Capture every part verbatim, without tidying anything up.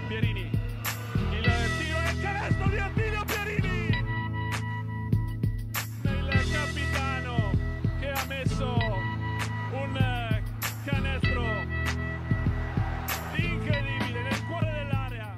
Pierini, il tiro e il canestro di Attilio Pierini, il capitano che ha messo un canestro incredibile nel cuore dell'area.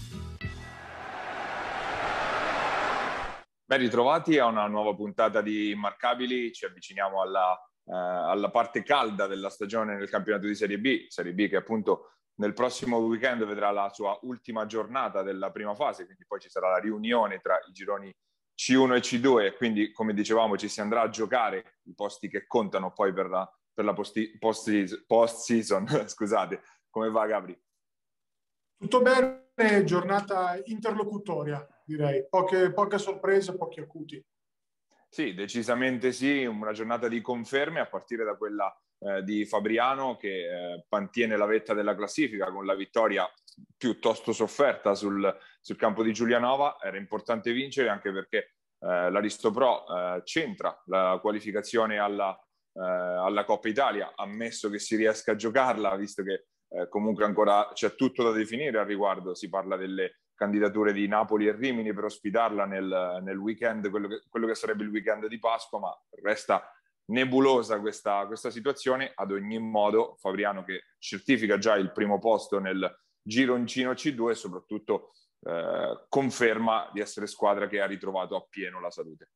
Ben ritrovati a una nuova puntata di Immarcabili. Ci avviciniamo alla, eh, alla parte calda della stagione nel campionato di Serie B, Serie B che appunto nel prossimo weekend vedrà la sua ultima giornata della prima fase, quindi poi ci sarà la riunione tra i gironi C uno e C due, e quindi come dicevamo ci si andrà a giocare i posti che contano poi per la, per la post-season. Post post Scusate, come va Gabri? Tutto bene, giornata interlocutoria direi, poche, poche sorprese, pochi acuti. Sì, decisamente sì, una giornata di conferme a partire da quella eh, di Fabriano che eh, mantiene la vetta della classifica con la vittoria piuttosto sofferta sul, sul campo di Giulianova. Era importante vincere anche perché eh, l'Aristopro eh, centra la qualificazione alla, eh, alla Coppa Italia, ammesso che si riesca a giocarla, visto che eh, comunque ancora c'è tutto da definire al riguardo. Si parla delle candidature di Napoli e Rimini per ospitarla nel, nel weekend, quello che, quello che sarebbe il weekend di Pasqua, ma resta nebulosa questa, questa situazione. Ad ogni modo Fabriano che certifica già il primo posto nel gironcino C due e soprattutto eh, conferma di essere squadra che ha ritrovato appieno la salute.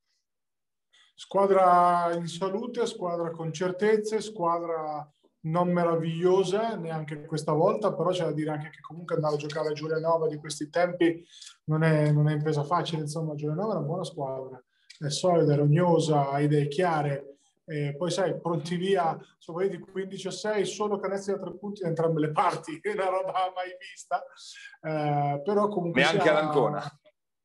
Squadra in salute, squadra con certezze, squadra non meravigliosa neanche questa volta, però c'è da dire anche che comunque andare a giocare a Giulianova di questi tempi non è, non è impresa facile. Insomma, Giulianova è una buona squadra, è solida, è rognosa, ha idee chiare, e poi sai, pronti via, sono di quindici a sei, solo canestri da tre punti da entrambe le parti, è una roba mai vista, eh, però comunque neanche sia... ad Ancona.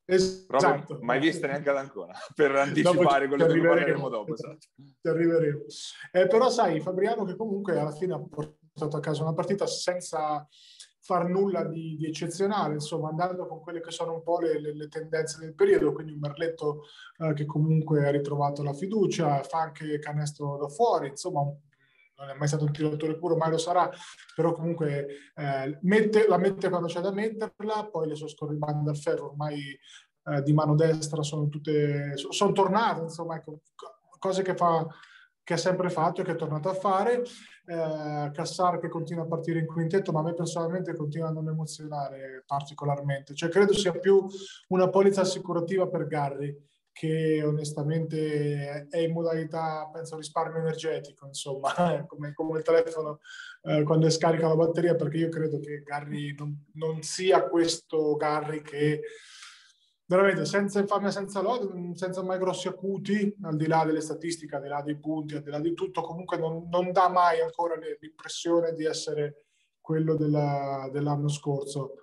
Esatto, mai vista neneanche ad Ancona, per dopo anticipare quello che parleremo dopo. Esatto. Ci arriveremo. Eh, però sai, Fabriano che comunque alla fine ha portato a casa una partita senza far nulla di, di eccezionale, insomma, andando con quelle che sono un po' le, le, le tendenze del periodo, quindi un Merletto eh, che comunque ha ritrovato la fiducia, fa anche canestro da fuori, insomma, non è mai stato un tiratore puro, mai lo sarà, però comunque eh, mette, la mette quando c'è da metterla, poi le sue scorribande al ferro ormai eh, di mano destra sono tutte, sono tornate, insomma, ecco, cose che fa, che ha sempre fatto e che è tornato a fare. eh, Cassar che continua a partire in quintetto, ma a me personalmente continua a non emozionare particolarmente, cioè credo sia più una polizza assicurativa per Garri, che onestamente è in modalità, penso, risparmio energetico, insomma, come, come il telefono eh, quando scarica la batteria, perché io credo che Garri non, non sia questo Garri che veramente senza infamia, senza lode, senza mai grossi acuti, al di là delle statistiche, al di là dei punti, al di là di tutto, comunque non, non dà mai ancora l'impressione di essere quello della, dell'anno scorso.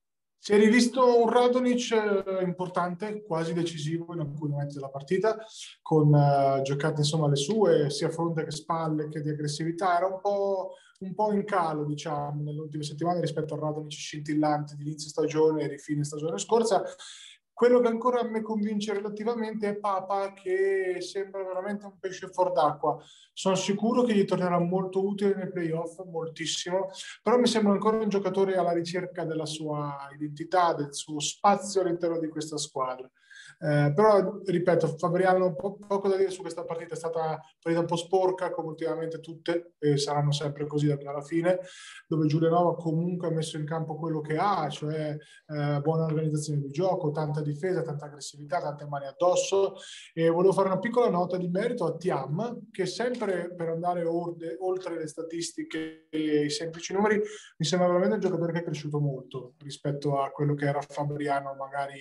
Si è rivisto un Radonjic eh, importante, quasi decisivo in alcuni momenti della partita, con eh, giocate insomma alle sue, sia fronte che spalle che di aggressività. Era un po', un po' in calo, diciamo, nelle ultime settimane rispetto al Radonjic scintillante di inizio stagione e di fine stagione scorsa. Quello che ancora mi convince relativamente è Papa, che sembra veramente un pesce fuor d'acqua. Sono sicuro che gli tornerà molto utile nei playoff, moltissimo, però mi sembra ancora un giocatore alla ricerca della sua identità, del suo spazio all'interno di questa squadra. Eh, però, ripeto, Fabriano, po- poco da dire su questa partita, è stata partita un po' sporca, come ultimamente tutte, e saranno sempre così da qui alla fine, dove Giulianova comunque ha messo in campo quello che ha, cioè eh, buona organizzazione di gioco, tanta difesa, tanta aggressività, tante mani addosso. E volevo fare una piccola nota di merito a Thiam, che sempre per andare orde, oltre le statistiche e i semplici numeri, mi sembra veramente un giocatore che è cresciuto molto rispetto a quello che era Fabriano magari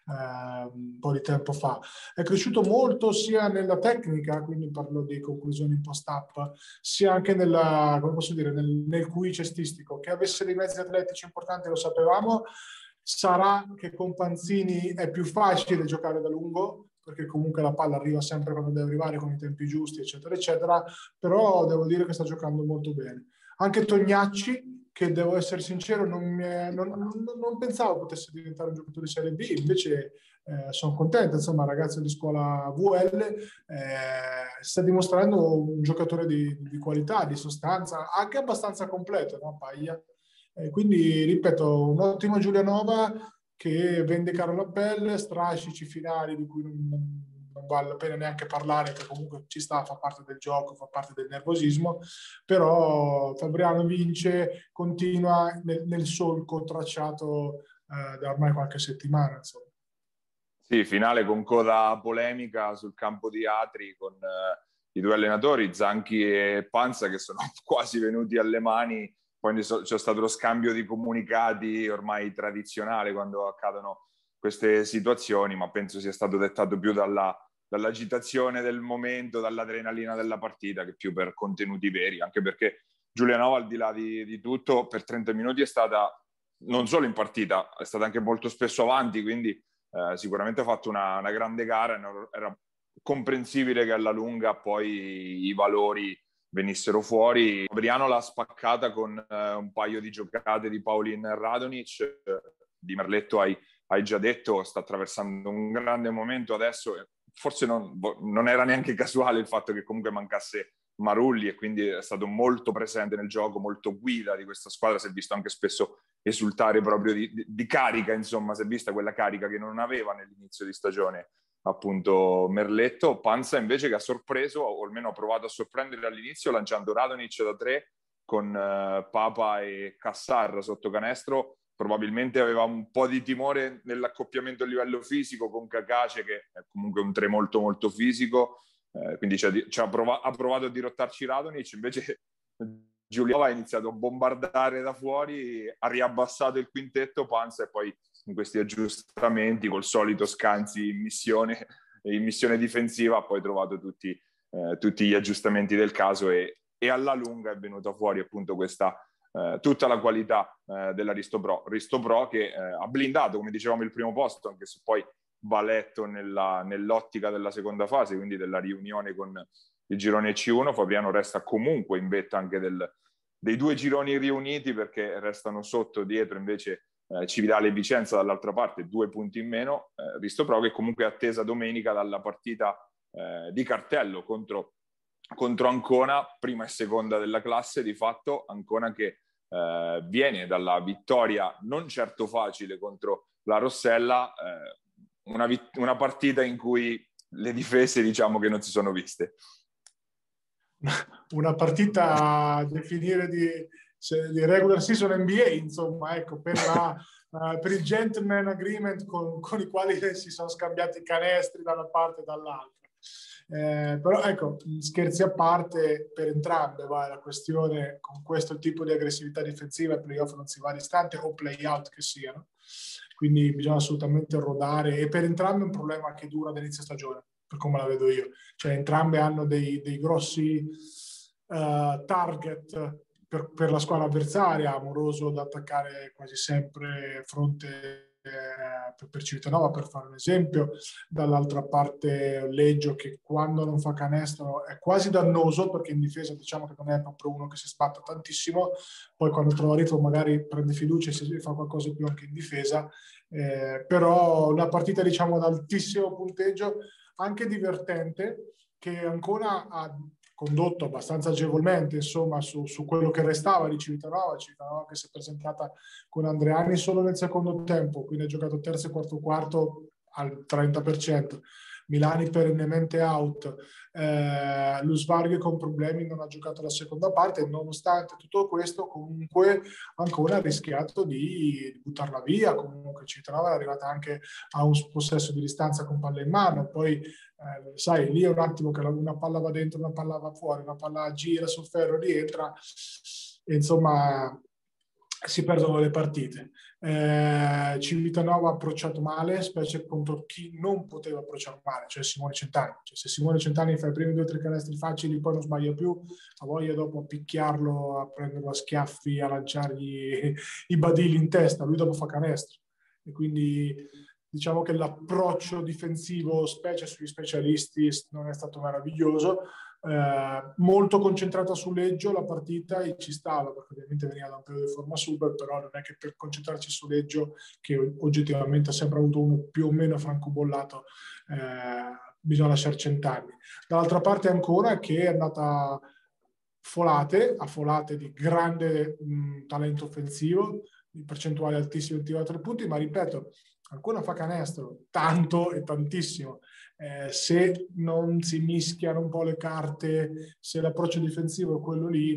eh, un po' di tempo fa. È cresciuto molto sia nella tecnica, quindi parlo di conclusioni in post-up, sia anche nella, come posso dire, nel, nel Q I cestistico. Che avesse dei mezzi atletici importanti lo sapevamo. Sarà che con Panzini è più facile giocare da lungo, perché comunque la palla arriva sempre quando deve arrivare, con i tempi giusti, eccetera, eccetera, però devo dire che sta giocando molto bene. Anche Tognacci, che devo essere sincero, non, mi è, non, non, non pensavo potesse diventare un giocatore di Serie B, invece eh, sono contento, insomma, ragazzo di scuola V L, eh, sta dimostrando un giocatore di, di qualità, di sostanza, anche abbastanza completo, no? Paglia. E quindi, ripeto, un'ottima Giulianova che vende caro la pelle, strascici finali di cui non, non vale la pena neanche parlare, perché comunque ci sta, fa parte del gioco, fa parte del nervosismo, però Fabriano vince, continua nel, nel solco tracciato eh, da ormai qualche settimana, insomma. Sì, finale con coda polemica sul campo di Atri con eh, i due allenatori, Zanchi e Panza, che sono quasi venuti alle mani. Poi c'è stato lo scambio di comunicati ormai tradizionale quando accadono queste situazioni, ma penso sia stato dettato più dalla, dall'agitazione del momento, dall'adrenalina della partita, che più per contenuti veri, anche perché Giulianova, al di là di, di tutto, per trenta minuti è stata non solo in partita, è stata anche molto spesso avanti, quindi eh, sicuramente ha fatto una, una grande gara. Era comprensibile che alla lunga poi i valori venissero fuori. Fabriano l'ha spaccata con eh, un paio di giocate di Paulin Radonic. Eh, di Merletto hai, hai già detto, sta attraversando un grande momento adesso. Forse non, non era neanche casuale il fatto che comunque mancasse Marulli, e quindi è stato molto presente nel gioco, molto guida di questa squadra. Si è visto anche spesso esultare proprio di, di, di carica, insomma, si è vista quella carica che non aveva nell'inizio di stagione appunto Merletto. Panza invece, che ha sorpreso, o almeno ha provato a sorprendere all'inizio, lanciando Radonic da tre con eh, Papa e Cassar sotto canestro. Probabilmente aveva un po' di timore nell'accoppiamento a livello fisico con Cacace, che è comunque un tre molto molto fisico, eh, quindi ci ha, prov- ha provato a dirottarci Radonic. Invece Giulianova ha iniziato a bombardare da fuori, ha riabbassato il quintetto Panza, e poi in questi aggiustamenti col solito Scanzi in missione, in missione difensiva ha poi trovato tutti, eh, tutti gli aggiustamenti del caso, e, e alla lunga è venuta fuori appunto questa eh, tutta la qualità eh, della Ristopro Ristopro che eh, ha blindato, come dicevamo, il primo posto, anche se poi va letto nella, nell'ottica della seconda fase, quindi della riunione con il girone C uno. Fabriano resta comunque in vetta anche del, dei due gironi riuniti, perché restano sotto, dietro invece eh, Cividale e Vicenza, dall'altra parte due punti in meno. eh, Ristopro che comunque è attesa domenica dalla partita eh, di cartello contro, contro Ancona, prima e seconda della classe di fatto. Ancona che eh, viene dalla vittoria non certo facile contro la Rossella, eh, una, vit- una partita in cui le difese diciamo che non si sono viste. Una partita a definire di, di regular season N B A, insomma, ecco, per, la, uh, per il gentleman agreement con, con i quali si sono scambiati canestri da una parte e dall'altra. Eh, però ecco, scherzi a parte, per entrambe va la questione, con questo tipo di aggressività difensiva il playoff non si va distante, o play-out che siano, quindi bisogna assolutamente rodare, e per entrambe è un problema che dura dall'inizio stagione, per come la vedo io. Cioè entrambe hanno dei, dei grossi uh, target per, per la squadra avversaria. Amoroso da attaccare quasi sempre fronte eh, per Civitanova, per fare un esempio. Dall'altra parte Leggio, che quando non fa canestro è quasi dannoso, perché in difesa diciamo che non è proprio uno che si sbatta tantissimo, poi quando trova ritmo magari prende fiducia e si fa qualcosa più anche in difesa. Eh, però una partita diciamo ad altissimo punteggio, anche divertente, che ancora ha condotto abbastanza agevolmente, insomma, su, su quello che restava di Civitanova. Civitanova che si è presentata con Andreani solo nel secondo tempo, quindi ha giocato terzo e quarto quarto al trenta per cento. Milani perennemente out, eh, Lusvarghe con problemi, non ha giocato la seconda parte. Nonostante tutto questo, comunque ancora ha rischiato di buttarla via. Comunque Civitanova è arrivata anche a un possesso di distanza con palla in mano. Poi eh, sai, lì è un attimo che una palla va dentro, una palla va fuori, una palla gira sul ferro, rientra, e insomma si perdono le partite. Eh, Civitanova ha approcciato male, specie contro chi non poteva approcciare male, cioè Simone Centani. Cioè, se Simone Centani fa i primi due o tre canestri facili, poi non sbaglia più, ha voglia dopo a picchiarlo, a prenderlo a schiaffi, a lanciargli i badili in testa. Lui dopo fa canestro. E quindi diciamo che l'approccio difensivo, specie sugli specialisti, non è stato meraviglioso. Eh, molto concentrata su Leggio la partita, e ci stava, perché ovviamente veniva da un periodo di forma super, però non è che per concentrarci su Leggio, che oggettivamente ha sempre avuto uno più o meno francobollato, eh, bisogna lasciare Centanni. Dall'altra parte ancora che è andata folate, a folate di grande mh, talento offensivo, di percentuale altissime di tiro da tre punti, ma ripeto, Ancona fa canestro, tanto e tantissimo. Eh, se non si mischiano un po' le carte, se l'approccio difensivo è quello lì,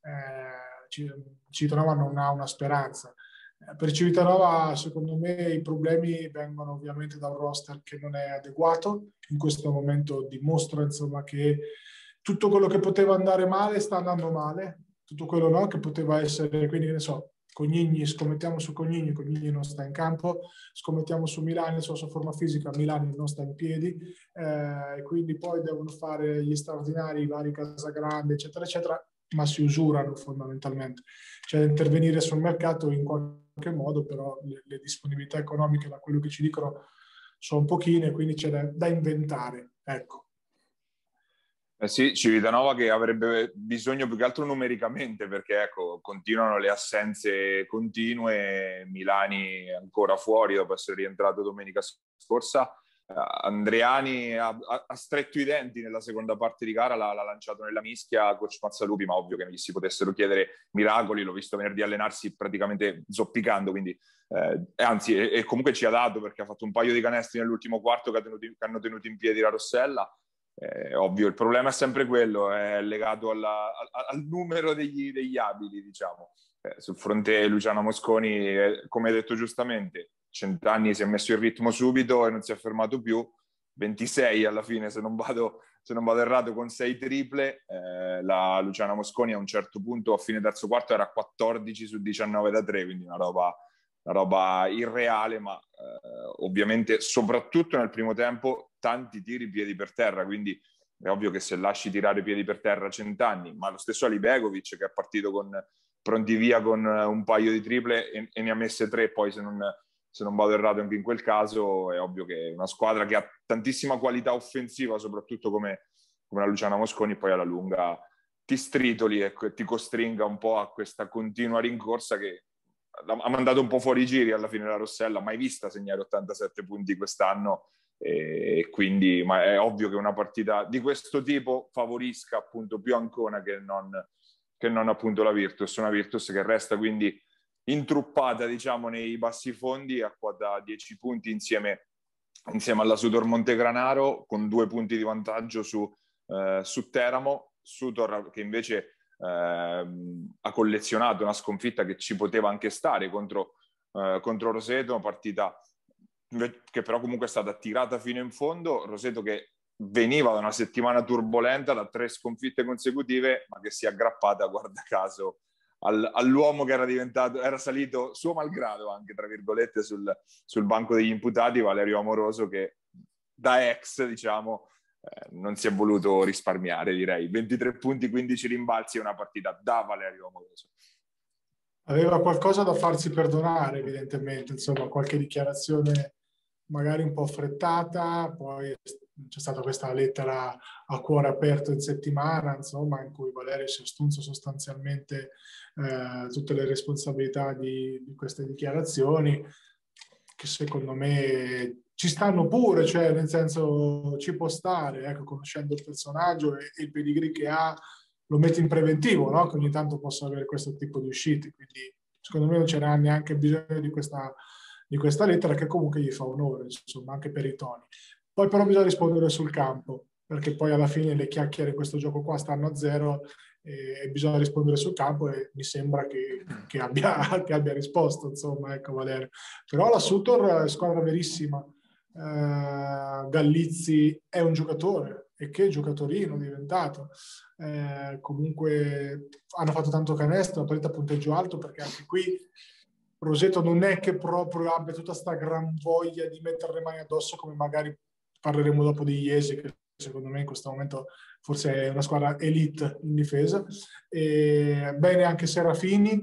eh, Civitanova non ha una speranza. Eh, per Civitanova, secondo me, i problemi vengono ovviamente da un roster che non è adeguato. In questo momento dimostra, insomma, che tutto quello che poteva andare male sta andando male, tutto quello no, che poteva essere, quindi che ne so, Cognigni, scommettiamo su Cognigni, Cognigni non sta in campo, scommettiamo su Milani, sulla sua forma fisica, Milani non sta in piedi, eh, quindi poi devono fare gli straordinari, i vari Casagrande, eccetera, eccetera, ma si usurano fondamentalmente. Cioè intervenire sul mercato in qualche modo, però le, le disponibilità economiche, da quello che ci dicono, sono pochine, quindi c'è da, da inventare, ecco. Eh sì, Civitanova che avrebbe bisogno più che altro numericamente, perché ecco, continuano le assenze continue, Milani ancora fuori dopo essere rientrato domenica scorsa, uh, Andreani ha, ha stretto i denti nella seconda parte di gara, l'ha, l'ha lanciato nella mischia coach Mazzalupi, ma ovvio che non gli si potessero chiedere miracoli, l'ho visto venerdì allenarsi praticamente zoppicando, quindi eh, anzi, e, e comunque ci ha dato perché ha fatto un paio di canestri nell'ultimo quarto che, ha tenuto, che hanno tenuto in piedi la Rossella. Eh, ovvio, il problema è sempre quello, è legato alla, al, al numero degli, degli abili, diciamo. Eh, sul fronte Luciano Mosconi, eh, come hai detto giustamente, Centanni si è messo in ritmo subito e non si è fermato più, ventisei alla fine, se non vado, se non vado errato, con sei triple. Eh, la Luciana Mosconi a un certo punto, a fine terzo quarto, era quattordici su diciannove da tre, quindi una roba... una roba irreale, ma eh, ovviamente soprattutto nel primo tempo tanti tiri piedi per terra, quindi è ovvio che se lasci tirare piedi per terra Centanni, ma lo stesso Alibegovic che è partito con pronti via con un paio di triple e, e ne ha messe tre, poi se non, se non vado errato anche in quel caso, è ovvio che è una squadra che ha tantissima qualità offensiva, soprattutto come, come la Luciana Mosconi, poi alla lunga ti stritoli e ti costringa un po' a questa continua rincorsa che ha mandato un po' fuori i giri alla fine la Rossella, mai vista segnare ottantasette punti quest'anno, e quindi ma è ovvio che una partita di questo tipo favorisca appunto più Ancona che non, che non appunto la Virtus, una Virtus che resta quindi intruppata diciamo nei bassi fondi a quota dieci punti insieme, insieme alla Sutor Montegranaro con due punti di vantaggio su, eh, su Teramo, Sutor che invece Eh, ha collezionato una sconfitta che ci poteva anche stare contro, eh, contro Roseto, una partita che però comunque è stata tirata fino in fondo. Roseto che veniva da una settimana turbolenta, da tre sconfitte consecutive, ma che si è aggrappata, guarda caso, al, all'uomo che era diventato, era salito suo malgrado anche, tra virgolette, sul, sul banco degli imputati, Valerio Amoroso, che da ex, diciamo, Eh, non si è voluto risparmiare, direi. ventitré punti, quindici rimbalzi è una partita da Valerio Amoroso. Aveva qualcosa da farsi perdonare, evidentemente, insomma, qualche dichiarazione magari un po' affrettata, poi c'è stata questa lettera a cuore aperto in settimana, insomma, in cui Valerio si è assunto sostanzialmente eh, tutte le responsabilità di, di queste dichiarazioni, che secondo me ci stanno pure, cioè nel senso ci può stare, ecco, conoscendo il personaggio e, e il pedigree che ha, lo metti in preventivo, no? Che ogni tanto possa avere questo tipo di uscite, quindi secondo me non c'era neanche bisogno di questa, di questa lettera, che comunque gli fa onore, insomma, anche per i toni. Poi però bisogna rispondere sul campo, perché poi alla fine le chiacchiere in questo gioco qua stanno a zero e, e bisogna rispondere sul campo, e mi sembra che, che, abbia, che abbia risposto, insomma, ecco Valerio. Però la Sutor è squadra verissima. Uh, Gallizzi è un giocatore, e che giocatorino è diventato. Eh, comunque hanno fatto tanto canestro, la partita a punteggio alto, perché anche qui Roseto non è che proprio abbia tutta sta gran voglia di mettere le mani addosso, come magari parleremo dopo di Iesi, che secondo me in questo momento forse è una squadra elite in difesa. E bene anche Serafini,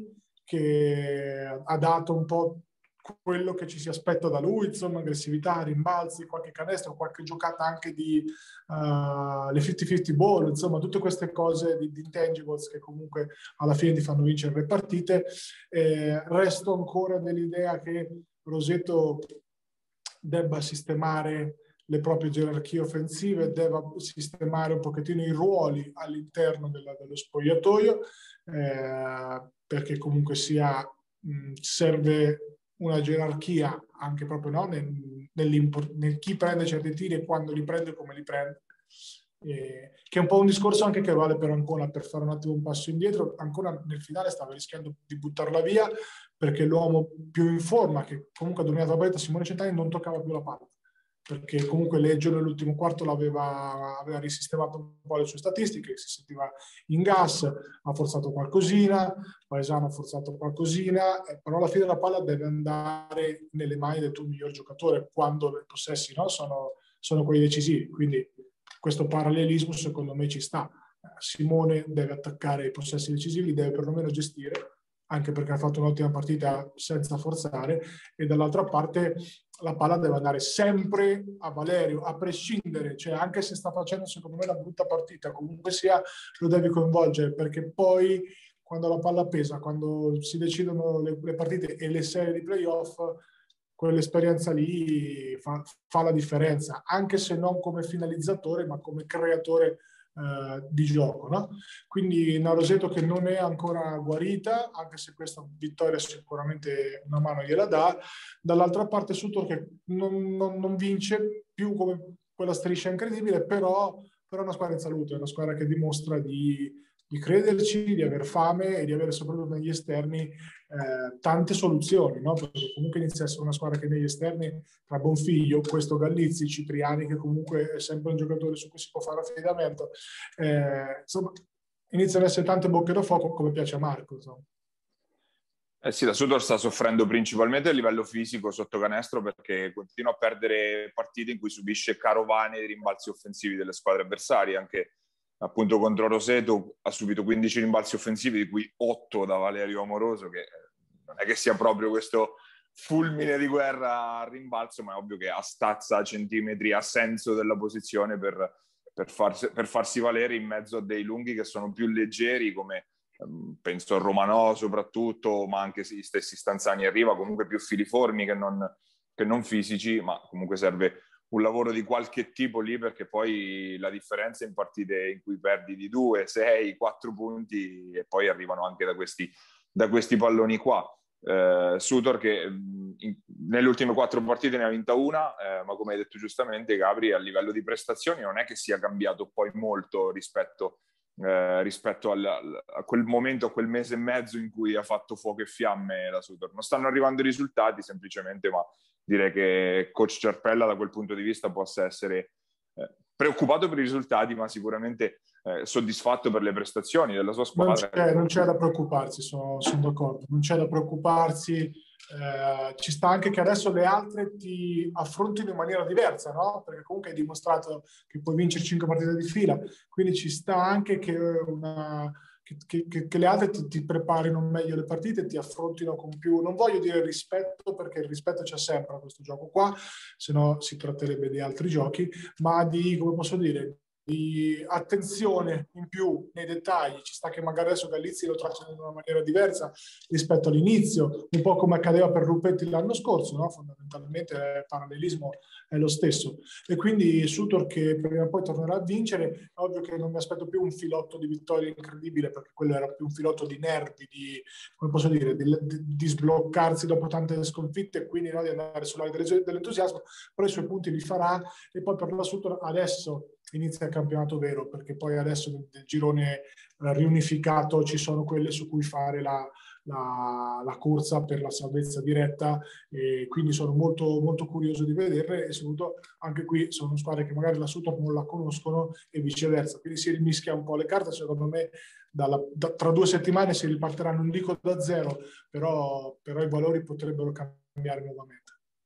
che ha dato un po' quello che ci si aspetta da lui, insomma, aggressività, rimbalzi, qualche canestro, qualche giocata anche di uh, le cinquanta cinquanta ball, insomma, tutte queste cose di, di intangibles che comunque alla fine ti fanno vincere le partite. Eh, resto ancora dell'idea che Roseto debba sistemare le proprie gerarchie offensive, deve sistemare un pochettino i ruoli all'interno della, dello spogliatoio, eh, perché comunque sia mh, serve una gerarchia anche proprio, no? nel, nel chi prende certi tiri e quando li prende, come li prende. Eh, che è un po' un discorso anche che vale per Ancona, per fare un attimo un passo indietro. Ancona nel finale stava rischiando di buttarla via perché l'uomo più in forma, che comunque ha dominato la partita, Simone Centani, non toccava più la palla, perché comunque Leggio nell'ultimo quarto l'aveva aveva risistemato un po' le sue statistiche, si sentiva in gas, ha forzato qualcosina, Paesano ha forzato qualcosina, eh, però alla fine la palla deve andare nelle mani del tuo miglior giocatore quando i possessi, no, sono, sono quelli decisivi. Quindi questo parallelismo secondo me ci sta. Simone deve attaccare i possessi decisivi, deve perlomeno gestire, anche perché ha fatto un'ottima partita senza forzare, e dall'altra parte la palla deve andare sempre a Valerio, a prescindere, cioè anche se sta facendo secondo me una brutta partita, comunque sia lo devi coinvolgere, perché poi quando la palla pesa, quando si decidono le, le partite e le serie di playoff, quell'esperienza lì fa, fa la differenza, anche se non come finalizzatore, ma come creatore eh, di gioco, no? Quindi una Roseto che non è ancora guarita, anche se questa vittoria sicuramente una mano gliela dà. Dall'altra parte Sutor che non, non, non vince più come quella striscia incredibile, però, però è una squadra in salute, è una squadra che dimostra di di crederci, di aver fame e di avere soprattutto negli esterni eh, tante soluzioni, no? Perché comunque inizia a essere una squadra che negli esterni, tra Bonfiglio, questo Gallizzi, Cipriani, che comunque è sempre un giocatore su cui si può fare affidamento, eh, insomma, iniziano ad essere tante bocche da fuoco come piace a Marco, insomma. Eh sì, la Sudor sta soffrendo principalmente a livello fisico sotto canestro perché continua a perdere partite in cui subisce carovane di rimbalzi offensivi delle squadre avversarie. Anche appunto contro Roseto ha subito quindici rimbalzi offensivi, di cui otto da Valerio Amoroso, che non è che sia proprio questo fulmine di guerra a rimbalzo, ma è ovvio che a stazza centimetri a senso della posizione per, per, farsi, per farsi valere in mezzo a dei lunghi che sono più leggeri, come penso a Romanò soprattutto, ma anche gli stessi Stanzani arriva, comunque più filiformi che non, che non fisici, ma comunque serve un lavoro di qualche tipo lì, perché poi la differenza in partite in cui perdi di due, sei, quattro punti e poi arrivano anche da questi, da questi palloni qua. Eh, Sutor che in, nelle ultime quattro partite ne ha vinta una, eh, ma come hai detto giustamente Gabri, a livello di prestazioni non è che sia cambiato poi molto rispetto Eh, rispetto al, a quel momento, a quel mese e mezzo in cui ha fatto fuoco e fiamme la Sutor. Non stanno arrivando i risultati semplicemente, ma direi che coach Ciarpella da quel punto di vista possa essere eh, preoccupato per i risultati, ma sicuramente eh, soddisfatto per le prestazioni della sua squadra. Non c'è, non c'è da preoccuparsi, sono, sono d'accordo, non c'è da preoccuparsi. Eh, ci sta anche che adesso le altre ti affrontino in maniera diversa, no? Perché comunque hai dimostrato che puoi vincere cinque partite di fila, quindi ci sta anche che, una, che, che, che le altre ti, ti preparino meglio le partite, ti affrontino con più, non voglio dire rispetto, perché il rispetto c'è sempre a questo gioco qua, se no si tratterebbe di altri giochi, ma di, come posso dire, di attenzione in più nei dettagli. Ci sta che magari adesso Gallizzi lo tracciano in una maniera diversa rispetto all'inizio, un po' come accadeva per Rupetti l'anno scorso, no? Fondamentalmente il parallelismo è lo stesso. E quindi Sutor che prima o poi tornerà a vincere, è ovvio che non mi aspetto più un filotto di vittoria incredibile, perché quello era più un filotto di nervi, di, come posso dire, di, di, di sbloccarsi dopo tante sconfitte e quindi no, di andare sull'aria dell'entusiasmo, però i suoi punti li farà. E poi per la Sutor adesso inizia il campionato vero, perché poi adesso nel, nel girone eh, riunificato ci sono quelle su cui fare la, la, la corsa per la salvezza diretta, e quindi sono molto, molto curioso di vederle, e soprattutto anche qui sono squadre che magari la Sutor non la conoscono e viceversa, quindi si rimischia un po' le carte. Secondo me dalla, da, tra due settimane si riparteranno, non dico da zero, però, però i valori potrebbero cambiare nuovamente.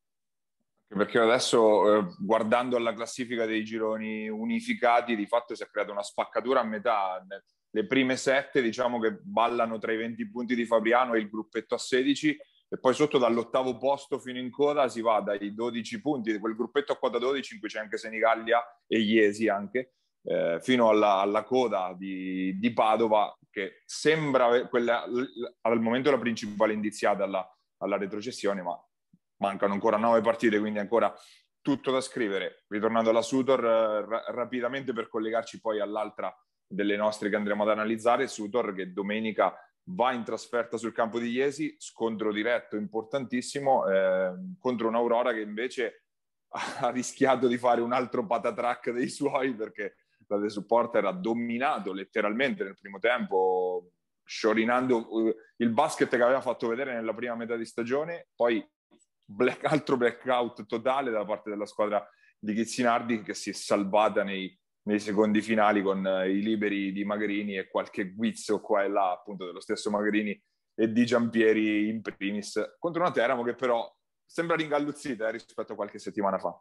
Perché adesso eh, guardando alla classifica dei gironi unificati di fatto si è creata una spaccatura a metà. Le prime sette diciamo che ballano tra i venti punti di Fabriano e il gruppetto a sedici, e poi sotto dall'ottavo posto fino in coda si va dai dodici punti di quel gruppetto a quota dodici in cui c'è anche Senigallia e Iesi anche, eh, fino alla, alla coda di, di Padova, che sembra quella, al momento la principale indiziata alla, alla retrocessione, ma mancano ancora nove partite, quindi ancora tutto da scrivere. Ritornando alla Sutor, ra- rapidamente per collegarci poi all'altra delle nostre che andremo ad analizzare, Sutor che domenica va in trasferta sul campo di Iesi, scontro diretto importantissimo eh, contro un'Aurora che invece ha rischiato di fare un altro patatrack dei suoi, perché la The Supporter ha dominato letteralmente nel primo tempo, sciorinando il basket che aveva fatto vedere nella prima metà di stagione, poi black, altro blackout totale da parte della squadra di Chizzinardi, che si è salvata nei, nei secondi finali con i liberi di Magrini e qualche guizzo qua e là appunto dello stesso Magrini e di Giampieri in primis, contro una Teramo che però sembra ringalluzzita eh, rispetto a qualche settimana fa.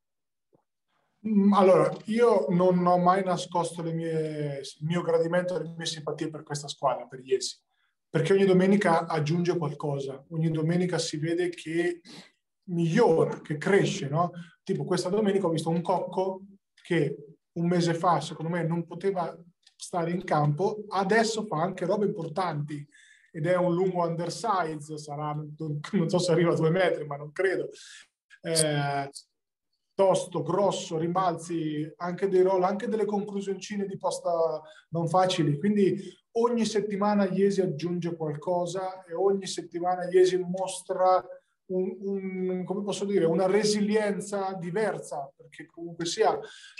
Allora, io non ho mai nascosto le mie, il mio gradimento e le mie simpatie per questa squadra, per Iesi, perché ogni domenica aggiunge qualcosa, ogni domenica si vede che migliora, che cresce, no? Tipo questa domenica ho visto un Cocco che un mese fa, secondo me, non poteva stare in campo, adesso fa anche robe importanti ed è un lungo undersize, sarà, non so se arriva a due metri, ma non credo. Eh, tosto, grosso, rimbalzi, anche dei roll, anche delle conclusioncine di posta non facili. Quindi ogni settimana Iesi aggiunge qualcosa e ogni settimana Iesi mostra un, un, come posso dire, una resilienza diversa, perché comunque sia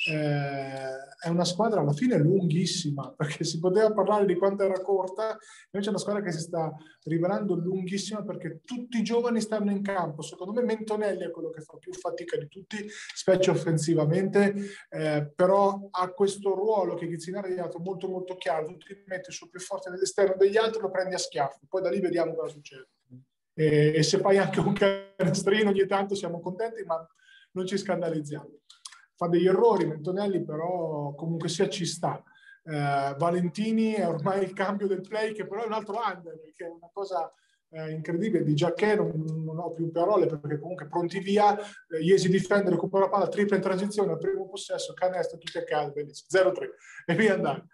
eh, è una squadra alla fine lunghissima, perché si poteva parlare di quanto era corta, invece è una squadra che si sta rivelando lunghissima perché tutti i giovani stanno in campo. Secondo me Mentonelli è quello che fa più fatica di tutti, specie offensivamente, eh, però ha questo ruolo che Chizzinardi ha dato molto molto chiaro: tu ti metti sul più forte dell'esterno degli altri, lo prendi a schiaffi, poi da lì vediamo cosa succede. E, e se fai anche un canestrino ogni tanto siamo contenti, ma non ci scandalizziamo. Fa degli errori Mentonelli, però comunque sia ci sta. Eh, Valentini è ormai il cambio del play, che però è un altro under, perché è una cosa eh, incredibile. Di Giacché non, non ho più parole, perché comunque pronti via, eh, Iesi difende, recupera la palla, tripla in transizione, al primo possesso, canestro, tutti a casa, benissimo, zero tre e via andare.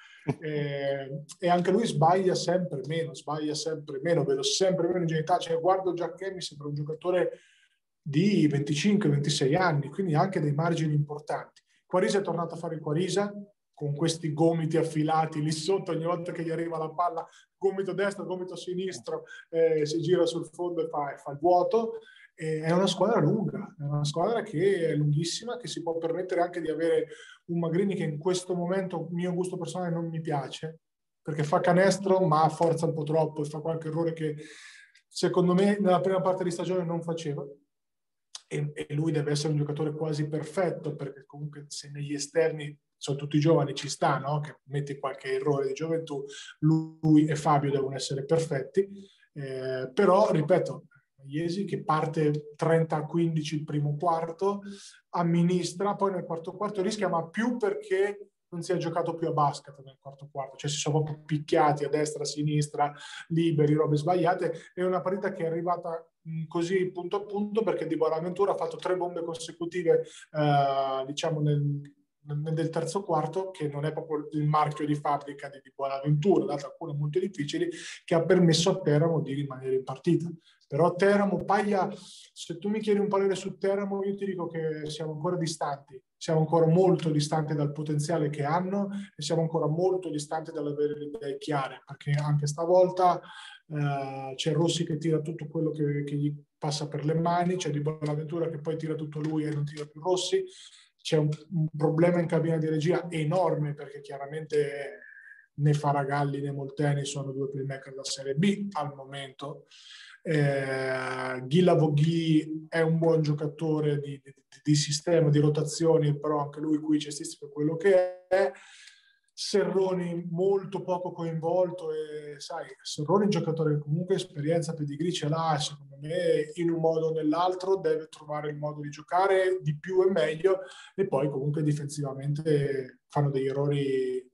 Eh, e anche lui sbaglia sempre meno, sbaglia sempre meno, vedo sempre meno ingenuità. Cioè, guardo Giacché, mi sembra un giocatore di venticinque ventisei anni, quindi anche dei margini importanti. Quarisa è tornato a fare il Quarisa, con questi gomiti affilati lì sotto, ogni volta che gli arriva la palla, gomito destro, gomito sinistro, eh, si gira sul fondo e fa, e fa il vuoto. E è una squadra lunga, è una squadra che è lunghissima, che si può permettere anche di avere un Magrini che in questo momento, mio gusto personale, non mi piace, perché fa canestro ma forza un po' troppo e fa qualche errore che secondo me nella prima parte di stagione non faceva. E, e lui deve essere un giocatore quasi perfetto, perché comunque se negli esterni sono tutti giovani ci sta, no? Che metti qualche errore di gioventù, lui e Fabio devono essere perfetti, eh, però ripeto, Iesi che parte trenta a quindici il primo quarto, amministra, poi nel quarto quarto rischia, ma più perché non si è giocato più a basket nel quarto quarto, cioè si sono proprio picchiati a destra, a sinistra, liberi, robe sbagliate. È una partita che è arrivata così punto a punto perché Di Bonaventura ha fatto tre bombe consecutive eh, diciamo nel, nel terzo quarto, che non è proprio il marchio di fabbrica di Di Bonaventura, dato alcune molto difficili, che ha permesso a Teramo di rimanere in partita. Però Teramo, Paglia, se tu mi chiedi un parere su Teramo, io ti dico che siamo ancora distanti, siamo ancora molto distanti dal potenziale che hanno e siamo ancora molto distanti dall'avere le idee chiare, perché anche stavolta Uh, c'è Rossi che tira tutto quello che, che gli passa per le mani, c'è Di Bonaventura che poi tira tutto lui e non tira più Rossi, c'è un, un problema in cabina di regia enorme, perché chiaramente né Faragalli né Molteni sono due playmaker da Serie B al momento. eh, Ghi Lavoghi è un buon giocatore di, di, di sistema, di rotazioni, però anche lui qui cestistico è quello che è. Serroni molto poco coinvolto, e sai, Serroni è un giocatore che comunque esperienza, pedigree ce l'ha, e secondo me in un modo o nell'altro deve trovare il modo di giocare di più e meglio, e poi comunque difensivamente fanno degli errori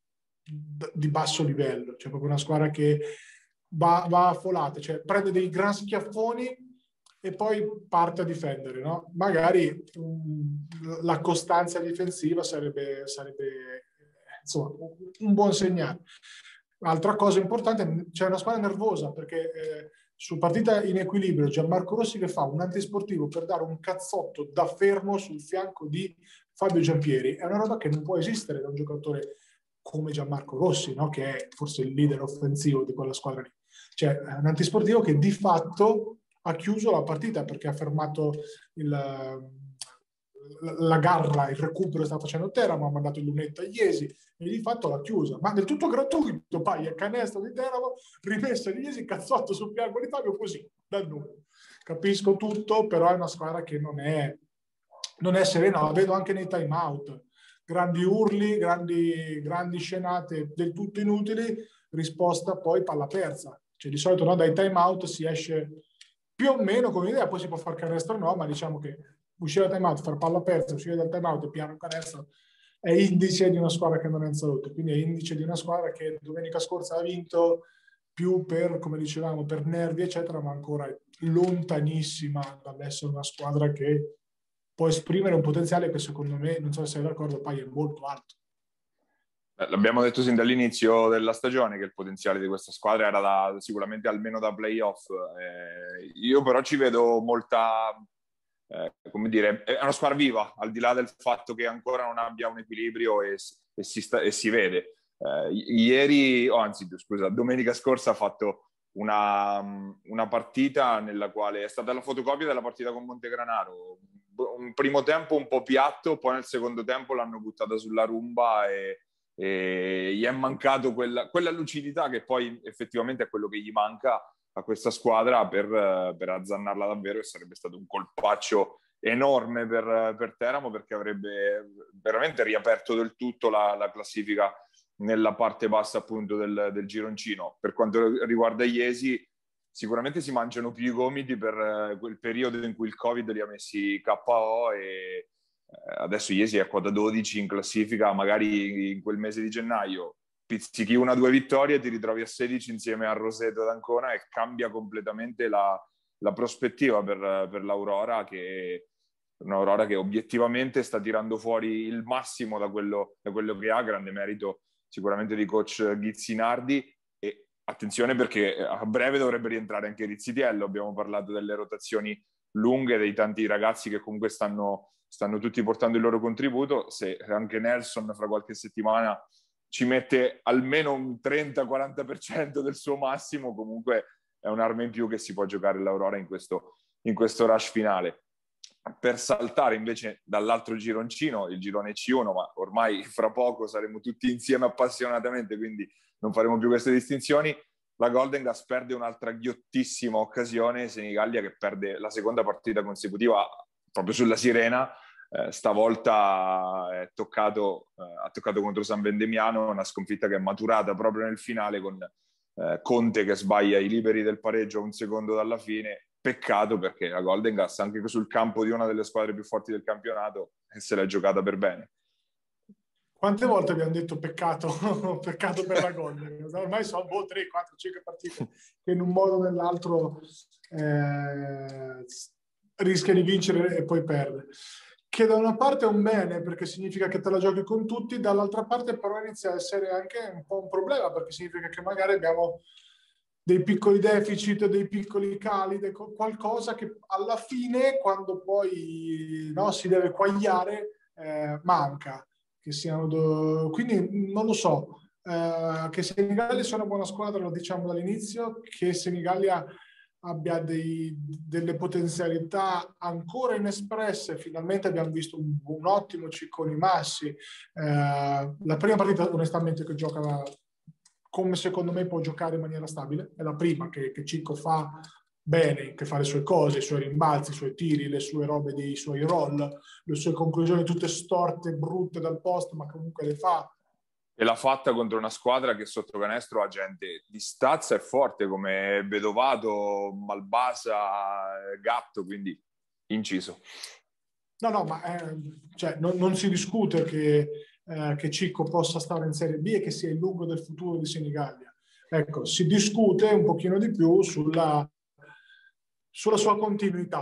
di basso livello, cioè proprio una squadra che va, va a folate, cioè prende dei gran schiaffoni e poi parte a difendere, no? Magari um, la costanza difensiva sarebbe, sarebbe insomma, un buon segnale. Altra cosa importante, c'è una squadra nervosa, perché eh, su partita in equilibrio, Gianmarco Rossi che fa un antisportivo per dare un cazzotto da fermo sul fianco di Fabio Giampieri, è una roba che non può esistere da un giocatore come Gianmarco Rossi, no? Che è forse il leader offensivo di quella squadra lì. Cioè, è un antisportivo che di fatto ha chiuso la partita perché ha fermato il, la garra, il recupero sta facendo Teramo, ha mandato il lunetto a Iesi e di fatto l'ha chiusa, ma del tutto gratuito, poi a canestro di Teramo, rimessa di Iesi, cazzotto sul fianco di Fabio, così, dal nulla. Capisco tutto, però è una squadra che non è, non è serena, la vedo anche nei time out. Grandi urli, grandi, grandi scenate del tutto inutili, risposta poi palla persa. Cioè di solito no, dai time out si esce più o meno come idea, poi si può fare canestro o no, ma diciamo che uscire dal time out, far palla persa, uscire dal time out e piano canestro è indice di una squadra che non è in salute, quindi è indice di una squadra che domenica scorsa ha vinto più per, come dicevamo, per nervi eccetera, ma ancora lontanissima dall'essere una squadra che può esprimere un potenziale che secondo me, non so se sei d'accordo, poi è molto alto. L'abbiamo detto sin dall'inizio della stagione che il potenziale di questa squadra era da, sicuramente almeno da playoff. Eh, io però ci vedo molta, eh, come dire, è una squadra viva, al di là del fatto che ancora non abbia un equilibrio e, e, si, sta, e si vede. Eh, ieri, o anzi, scusa, domenica scorsa ha fatto una, una partita nella quale è stata la fotocopia della partita con Montegranaro. Un primo tempo un po' piatto, poi nel secondo tempo l'hanno buttata sulla rumba e e gli è mancato quella, quella lucidità che poi effettivamente è quello che gli manca a questa squadra per, per azzannarla davvero, e sarebbe stato un colpaccio enorme per, per Teramo, perché avrebbe veramente riaperto del tutto la, la classifica nella parte bassa appunto del, del gironcino. Per quanto riguarda Iesi, sicuramente si mangiano più i gomiti per quel periodo in cui il Covid li ha messi K O e adesso Iesi è a quota dodici in classifica, magari in quel mese di gennaio pizzichi una o due vittorie, ti ritrovi a sedici insieme a Roseto ed Ancona e cambia completamente la, la prospettiva per, per l'Aurora, che un'Aurora che obiettivamente sta tirando fuori il massimo da quello, da quello che ha, grande merito sicuramente di coach Ghizzinardi. E attenzione perché a breve dovrebbe rientrare anche Rizzitiello, abbiamo parlato delle rotazioni lunghe, dei tanti ragazzi che comunque stanno stanno tutti portando il loro contributo. Se anche Nelson fra qualche settimana ci mette almeno un trenta quaranta per cento del suo massimo, comunque è un'arma in più che si può giocare l'Aurora in questo, in questo rush finale. Per saltare invece dall'altro gironcino, il girone C uno, ma ormai fra poco saremo tutti insieme appassionatamente, quindi non faremo più queste distinzioni, la Golden Gas perde un'altra ghiottissima occasione, Senigallia che perde la seconda partita consecutiva proprio sulla sirena. Eh, stavolta è toccato, eh, ha toccato contro San Vendemiano, una sconfitta che è maturata proprio nel finale con eh, Conte che sbaglia i liberi del pareggio a un secondo dalla fine. Peccato, perché la Golden Gas anche sul campo di una delle squadre più forti del campionato se l'è giocata per bene. Quante volte abbiamo detto peccato, peccato per la Golden? Ormai sono boh, tre, quattro, cinque partite che in un modo o nell'altro eh, rischia di vincere e poi perde. Che da una parte è un bene perché significa che te la giochi con tutti, dall'altra parte però inizia a essere anche un po' un problema, perché significa che magari abbiamo dei piccoli deficit, dei piccoli cali, qualcosa che alla fine, quando poi no, si deve quagliare, eh, manca. Che siano do... Quindi non lo so, eh, che Senigallia sia una buona squadra, lo diciamo dall'inizio, che Senigallia abbia dei, delle potenzialità ancora inespresse. Finalmente abbiamo visto un, un ottimo Cicconi Massi. Eh, la prima partita onestamente che gioca come secondo me può giocare in maniera stabile, è la prima che, che Cicco fa bene, che fa le sue cose, i suoi rimbalzi, i suoi tiri, le sue robe dei suoi roll, le sue conclusioni tutte storte, brutte dal post, ma comunque le fa. E l'ha fatta contro una squadra che sotto canestro ha gente di stazza e forte come Bedovato, Malbasa, Gatto, quindi inciso. No, no, ma eh, cioè, non, non si discute che, eh, che Cicco possa stare in Serie B e che sia il lungo del futuro di Senigallia. Ecco, si discute un pochino di più sulla, sulla sua continuità.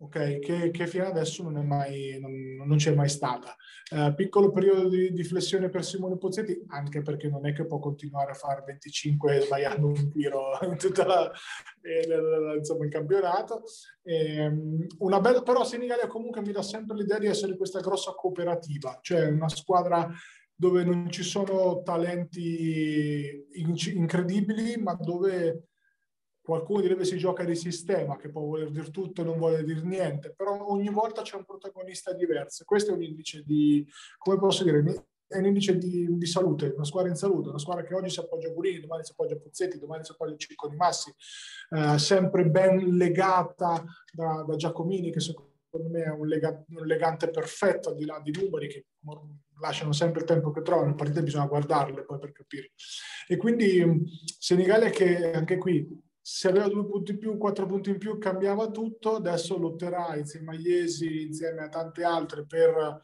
ok? Che, che fino adesso non, è mai, non, non c'è mai stata. Uh, piccolo periodo di, di flessione per Simone Pozzetti, anche perché non è che può continuare a fare venticinque sbagliando un tiro in tutta la, eh, insomma, il campionato. E, una bella, però Senigallia comunque mi dà sempre l'idea di essere questa grossa cooperativa, cioè una squadra dove non ci sono talenti incredibili, ma dove qualcuno direbbe si gioca di sistema, che può voler dire tutto e non vuole dire niente, però ogni volta c'è un protagonista diverso. Questo è un indice di, come posso dire, è un indice di, di salute, una squadra in salute, una squadra che oggi si appoggia a Gurini, domani si appoggia a Pozzetti, domani si appoggia a Cicco Di Massi, eh, sempre ben legata da, da Giacomini, che secondo me è un, lega, un legante perfetto, al di là di numeri che lasciano sempre il tempo che trovano, le partite bisogna guardarle poi per capire. E quindi Senigallia che anche qui, se aveva due punti in più, quattro punti in più, cambiava tutto. Adesso lotterà insieme a Iesi, insieme a tante altre per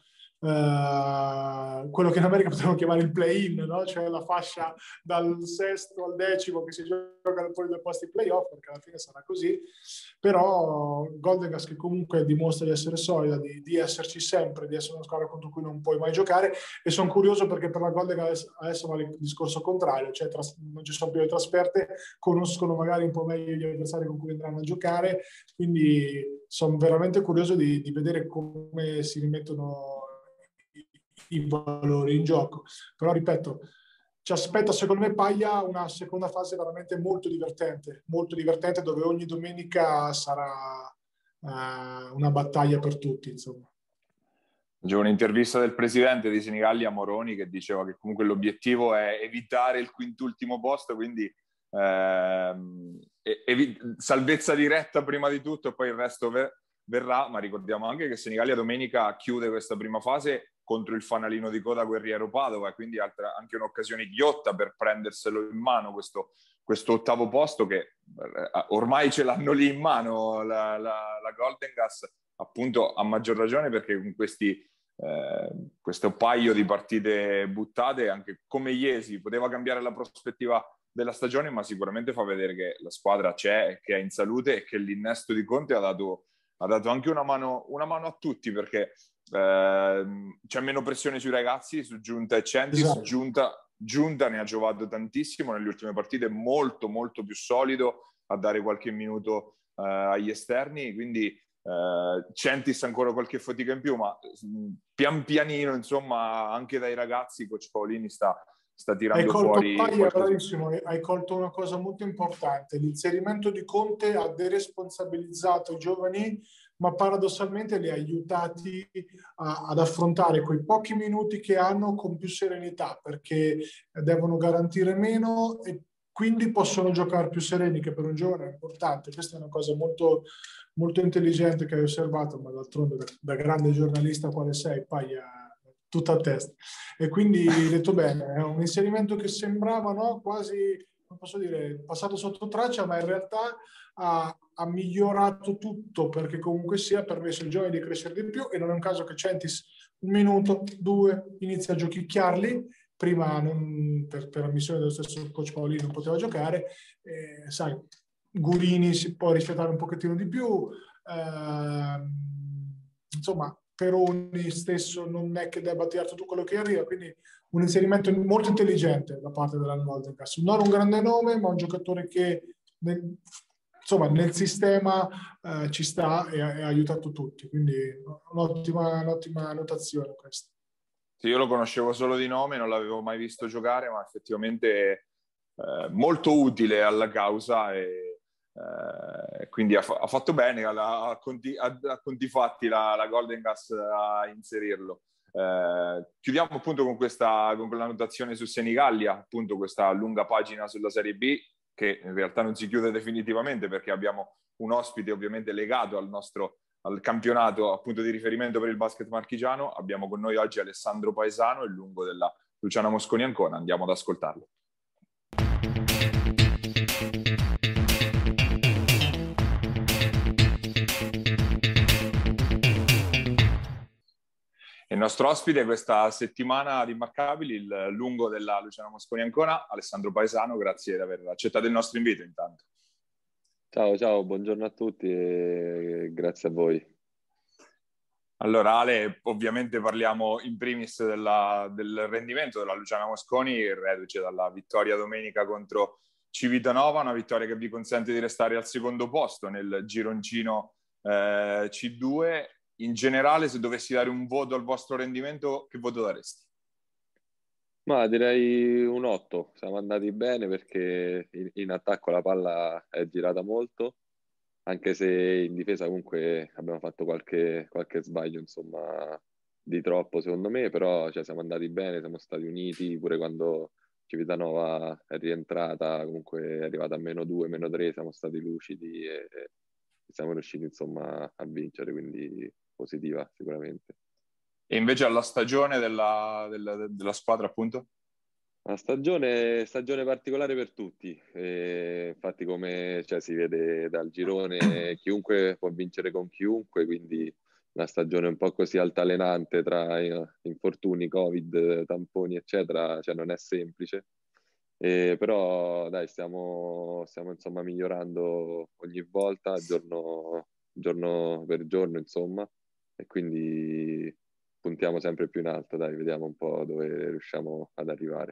uh, quello che in America potremmo chiamare il play-in, no? Cioè la fascia dal sesto al decimo che si gioca fuori dai posti play-off, perché alla fine sarà così. Però Goldengas, che comunque dimostra di essere solida, di, di esserci sempre, di essere una squadra contro cui non puoi mai giocare, e sono curioso perché per la Goldengas adesso vale il discorso contrario, cioè tras- non ci sono più le trasferte, conoscono magari un po' meglio gli avversari con cui andranno a giocare, quindi sono veramente curioso di, di vedere come si rimettono i, i valori in gioco. Però ripeto, ci aspetta secondo me Paglia una seconda fase veramente molto divertente, molto divertente, dove ogni domenica sarà uh, una battaglia per tutti, insomma. C'è un'intervista del presidente di Senigallia, Moroni, che diceva che comunque l'obiettivo è evitare il quintultimo posto, quindi ehm, evi- salvezza diretta prima di tutto e poi il resto ver- verrà, ma ricordiamo anche che Senigallia domenica chiude questa prima fase contro il fanalino di coda Guerriero Padova, e quindi altra, anche un'occasione ghiotta per prenderselo in mano questo, questo ottavo posto che eh, ormai ce l'hanno lì in mano la, la, la Goldengas, appunto a maggior ragione perché con questi eh, questo paio di partite buttate, anche come Iesi, poteva cambiare la prospettiva della stagione, ma sicuramente fa vedere che la squadra c'è, che è in salute e che l'innesto di Conte ha dato, ha dato anche una mano, una mano a tutti, perché eh, c'è meno pressione sui ragazzi, su Giunta e Centis. Esatto. Giunta, Giunta ne ha giovato tantissimo nelle ultime partite, molto molto più solido a dare qualche minuto eh, agli esterni, quindi Uh, Centis ancora qualche fatica in più, ma mh, pian pianino, insomma, anche dai ragazzi coach Paolini sta, sta tirando hai colto, fuori Paglia, bravissimo, hai colto una cosa molto importante: l'inserimento di Conte ha deresponsabilizzato i giovani, ma paradossalmente li ha aiutati a, ad affrontare quei pochi minuti che hanno con più serenità, perché devono garantire meno e quindi possono giocare più sereni, che per un giovane è importante. Questa è una cosa molto, molto intelligente che hai osservato, ma d'altronde da, da grande giornalista quale sei, Paglia, tutta a testa. E quindi hai detto bene, è un inserimento che sembrava, no, quasi, non posso dire, passato sotto traccia, ma in realtà ha, ha migliorato tutto, perché comunque sia ha permesso ai giovani di crescere di più, e non è un caso che Centis un minuto, due, inizia a giochicchiarli. Prima non, per, per ammissione dello stesso coach Paolini non poteva giocare, eh, sai, Gurini si può rispettare un pochettino di più, eh, insomma Peroni stesso non è che debba tirare tutto quello che arriva, quindi un inserimento molto intelligente da parte della Goldengas. Non un grande nome, ma un giocatore che nel, insomma, nel sistema eh, ci sta e ha, e ha aiutato tutti, quindi un'ottima, un'ottima notazione questa. Sì, io lo conoscevo solo di nome, non l'avevo mai visto giocare, ma effettivamente eh, molto utile alla causa, e eh, quindi ha, ha fatto bene a, a, conti, a, a conti fatti la, la Goldengas a inserirlo. Eh, chiudiamo appunto con questa con la notazione su Senigallia, appunto questa lunga pagina sulla Serie B, che in realtà non si chiude definitivamente perché abbiamo un ospite ovviamente legato al nostro al campionato appunto di riferimento per il basket marchigiano. Abbiamo con noi oggi Alessandro Paesano, il lungo della Luciana Mosconi Ancona. Andiamo ad ascoltarlo. Il nostro ospite questa settimana di Immarcabili, il lungo della Luciana Mosconi Ancona, Alessandro Paesano. Grazie di aver accettato il nostro invito intanto. Ciao, ciao, buongiorno a tutti e grazie a voi. Allora, Ale, ovviamente parliamo in primis della, del rendimento della Luciana Mosconi, reduce dalla vittoria domenica contro Civitanova, una vittoria che vi consente di restare al secondo posto nel gironcino eh, C due. In generale, se dovessi dare un voto al vostro rendimento, che voto daresti? Ma direi un otto, siamo andati bene perché in, in attacco la palla è girata molto, anche se in difesa comunque abbiamo fatto qualche, qualche sbaglio, insomma, di troppo secondo me, però cioè, siamo andati bene, siamo stati uniti, pure quando Civitanova è rientrata, comunque è arrivata a meno due, meno tre, siamo stati lucidi e, e siamo riusciti insomma a vincere, quindi positiva sicuramente. E invece alla stagione della, della, della squadra, appunto? Una stagione, stagione particolare per tutti, e infatti come cioè, si vede dal girone chiunque può vincere con chiunque, quindi una stagione un po' così altalenante tra infortuni, Covid, tamponi eccetera, cioè non è semplice, e, però dai stiamo, stiamo insomma migliorando ogni volta, giorno, giorno per giorno insomma, e quindi puntiamo sempre più in alto, dai, vediamo un po' dove riusciamo ad arrivare.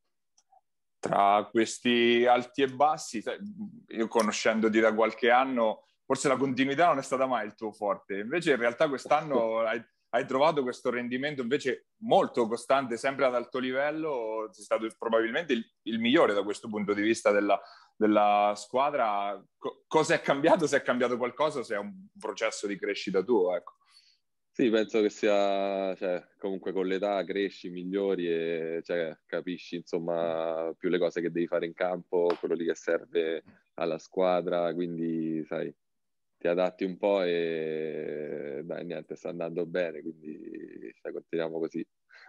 Tra questi alti e bassi, io conoscendoti da qualche anno, forse la continuità non è stata mai il tuo forte, invece in realtà quest'anno hai, hai trovato questo rendimento invece molto costante, sempre ad alto livello, sei stato probabilmente il, il migliore da questo punto di vista della, della squadra. Co- cosa è cambiato? Se è cambiato qualcosa o se è un processo di crescita tuo, ecco. Sì, penso che sia, cioè, comunque con l'età cresci, migliori e cioè, capisci insomma più le cose che devi fare in campo, quello lì che serve alla squadra, quindi sai, ti adatti un po' e dai, niente, sta andando bene, quindi cioè, continuiamo così.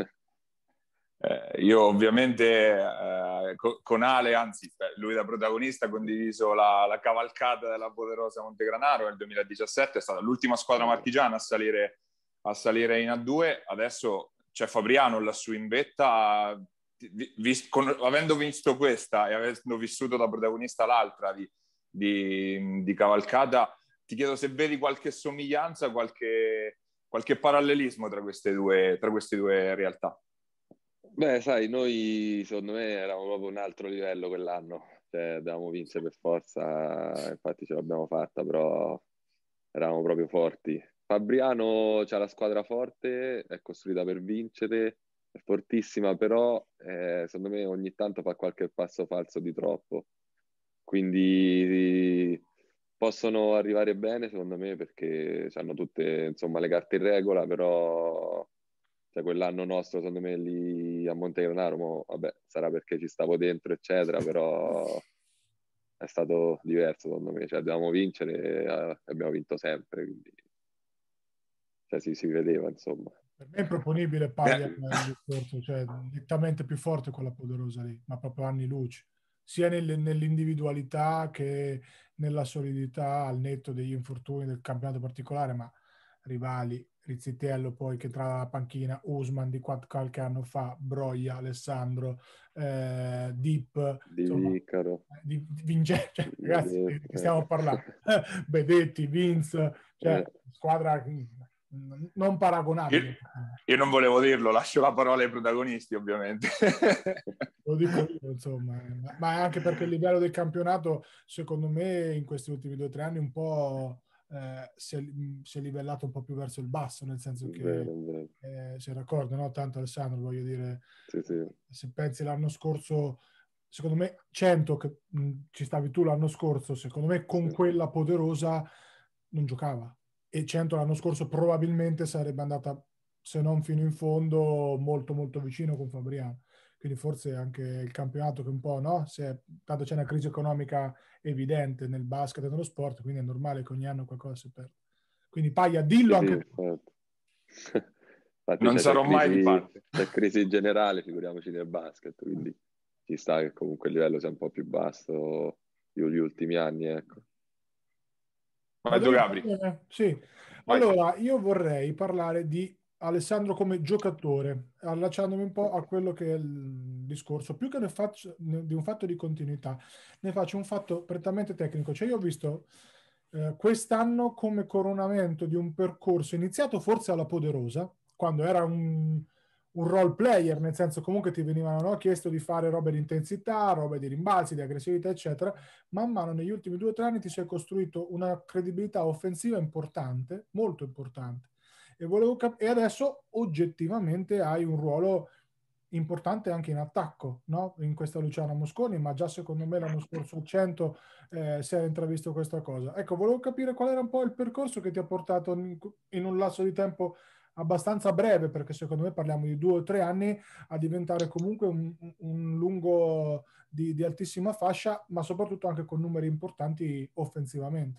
Eh, io ovviamente eh, co- con Ale, anzi lui da protagonista, ha condiviso la, la cavalcata della poderosa Montegranaro nel duemiladiciassette, è stata l'ultima squadra marchigiana a salire, a salire in A due, adesso c'è Fabriano lassù in vetta, vi, vi, con, avendo visto questa e avendo vissuto da protagonista l'altra di, di, di cavalcata, ti chiedo se vedi qualche somiglianza, qualche, qualche parallelismo tra queste due, tra queste due realtà. Beh, sai, noi secondo me eravamo proprio un altro livello quell'anno, cioè dovevamo vincere per forza, infatti ce l'abbiamo fatta, però eravamo proprio forti. Fabriano c'ha la squadra forte, è costruita per vincere, è fortissima, però eh, secondo me ogni tanto fa qualche passo falso di troppo, quindi possono arrivare bene secondo me perché hanno tutte insomma le carte in regola, però cioè quell'anno nostro secondo me lì a Montegranaro, mo, vabbè, sarà perché ci stavo dentro eccetera, però è stato diverso secondo me, cioè dobbiamo vincere e abbiamo vinto sempre, quindi cioè, si, si vedeva insomma. Per me è improponibile Paglia il discorso, cioè nettamente più forte quella poderosa lì, ma proprio anni luce, sia nelle- nell'individualità che nella solidità al netto degli infortuni del campionato particolare, ma rivali, Rizzitello poi che tra la panchina, Usman di quatt- qualche anno fa, Broia, Alessandro, eh, Deep, Di insomma, Vicaro, di, di Vince- cioè, ragazzi, eh, che stiamo a parlare? Bedetti, Vince, cioè eh. squadra non Io, paragonabile. io non volevo dirlo, lascio la parola ai protagonisti, ovviamente. Lo dico io, insomma, ma, ma anche perché il livello del campionato, secondo me, in questi ultimi due o tre anni un po' eh, si, è, si è livellato un po' più verso il basso, nel senso che Vero, vero. eh, sei d'accordo, no? Tanto Alessandro, voglio dire, Sì, sì. se pensi l'anno scorso, secondo me cento che mh, ci stavi tu l'anno scorso, secondo me con Sì. quella poderosa non giocava e cento l'anno scorso probabilmente sarebbe andata, se non fino in fondo, molto molto vicino con Fabriano. Quindi forse anche il campionato che un po', no? Se, tanto c'è una crisi economica evidente nel basket e nello sport, quindi è normale che ogni anno qualcosa si perda. Quindi Paglia, dillo Sì, sì, anche tu. infatti. Infatti Non cioè, c'è sarò mai di crisi, parte. c'è crisi generale, figuriamoci nel basket, quindi ci sta che comunque il livello sia un po' più basso degli ultimi anni, ecco. Va Vai tu, bene, va Gabri. bene. Sì. Vai. Allora, io vorrei parlare di Alessandro come giocatore, allacciandomi un po' a quello che è il discorso, più che ne faccio, ne- di un fatto di continuità, ne faccio un fatto prettamente tecnico. Cioè io ho visto eh, quest'anno come coronamento di un percorso iniziato forse alla Poderosa, quando era un, un role player, nel senso comunque ti venivano, no, chiesto di fare robe di intensità, robe di rimbalzi, di aggressività, eccetera. Man mano negli ultimi due o tre anni ti sei costruito una credibilità offensiva importante, molto importante. E, volevo cap- e adesso oggettivamente hai un ruolo importante anche in attacco, no? In questa Luciana Mosconi, ma già secondo me l'anno scorso al cento eh, si era intravisto questa cosa. Ecco, volevo capire qual era un po' il percorso che ti ha portato in, in un lasso di tempo abbastanza breve, perché secondo me parliamo di due o tre anni, a diventare comunque un, un lungo di, di altissima fascia, ma soprattutto anche con numeri importanti offensivamente.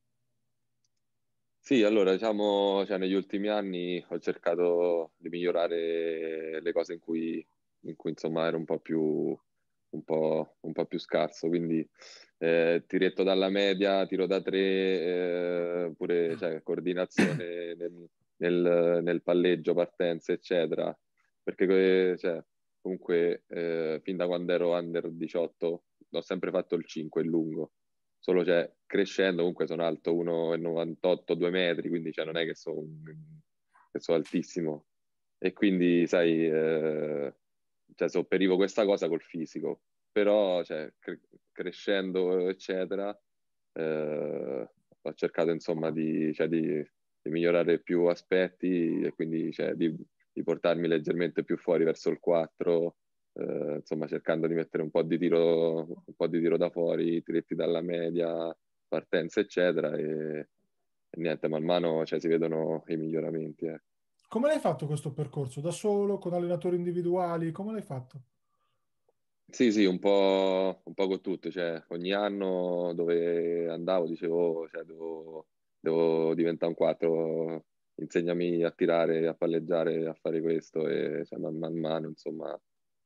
Sì, allora diciamo, cioè, negli ultimi anni ho cercato di migliorare le cose in cui, in cui insomma ero un po' più, un po', un po' più scarso, quindi eh, tiretto dalla media, tiro da tre, eh, pure cioè, coordinazione nel, nel, nel palleggio, partenze, eccetera, perché eh, cioè, comunque eh, fin da quando ero under diciotto ho sempre fatto il cinque, il lungo. Solo cioè, crescendo comunque sono alto uno virgola novantotto, due metri, quindi cioè, non è che sono, che sono altissimo. E quindi, sai, eh, cioè, sopperivo questa cosa col fisico. Però, cioè, cre- crescendo, eccetera, eh, ho cercato, insomma, di, cioè, di, di migliorare più aspetti e quindi, cioè, di, di portarmi leggermente più fuori verso il quattro, eh, insomma cercando di mettere un po' di tiro, un po' di tiro da fuori, tiretti dalla media, partenze eccetera e, e niente, man mano cioè, si vedono i miglioramenti. Eh. Come l'hai fatto questo percorso? Da solo, con allenatori individuali? Come l'hai fatto? Sì, sì, un po', un po' con tutto, cioè ogni anno dove andavo dicevo, cioè, devo, devo diventare un quattro, insegnami a tirare, a palleggiare, a fare questo e cioè, man, man mano insomma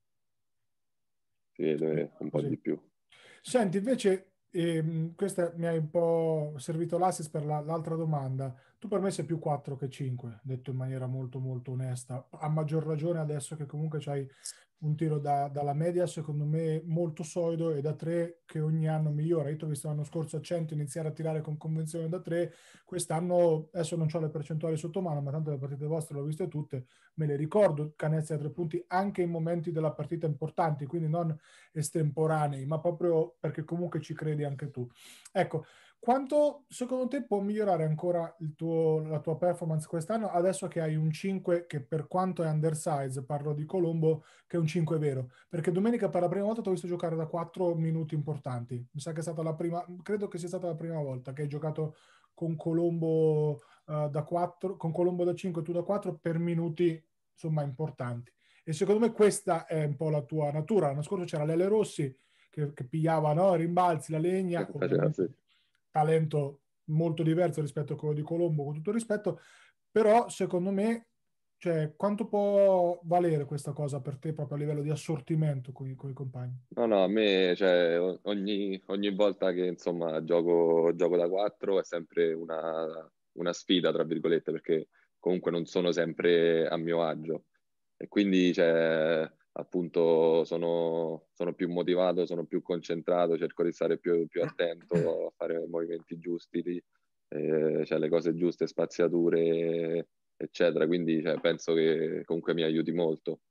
si vede un po' Così. di più. Senti, invece, ehm, questa mi hai un po' servito l'assist per la- l'altra domanda. Tu per me sei più quattro che cinque, detto in maniera molto molto onesta. A maggior ragione adesso che comunque c'hai un tiro da- dalla media, secondo me, molto solido e da tre che ogni anno migliora. Io ti ho visto l'anno scorso a cento iniziare a tirare con convenzione da tre, quest'anno adesso non ho le percentuali sotto mano, ma tanto le partite vostre le ho viste tutte, me le ricordo, canestri a tre punti anche in momenti della partita importanti, quindi non estemporanei, ma proprio perché comunque ci credi anche tu. Ecco, quanto secondo te può migliorare ancora il tuo, la tua performance quest'anno, adesso che hai un cinque che per quanto è undersize, parlo di Colombo, che è un cinque vero? Perché domenica per la prima volta ti ho visto giocare da quattro minuti importanti. Mi sa che è stata la prima, credo che sia stata la prima volta che hai giocato con Colombo uh, da quattro, con Colombo da cinque e tu da quattro per minuti insomma importanti. E secondo me questa è un po' la tua natura. L'anno scorso c'era Lele Rossi che, che pigliava, no, rimbalzi, la legna, Faceva, sì. ovviamente talento molto diverso rispetto a quello di Colombo, con tutto il rispetto, però secondo me, cioè, quanto può valere questa cosa per te proprio a livello di assortimento con i, con i compagni? No, no, a me, cioè, o- ogni, ogni volta che insomma gioco, gioco da quattro è sempre una, una sfida, tra virgolette, perché comunque non sono sempre a mio agio. E quindi, cioè, appunto, sono, sono più motivato, sono più concentrato, cerco di stare più, più attento a fare i movimenti giusti, lì, eh, cioè, le cose giuste, spaziature, eccetera. Quindi, cioè, penso che comunque mi aiuti molto.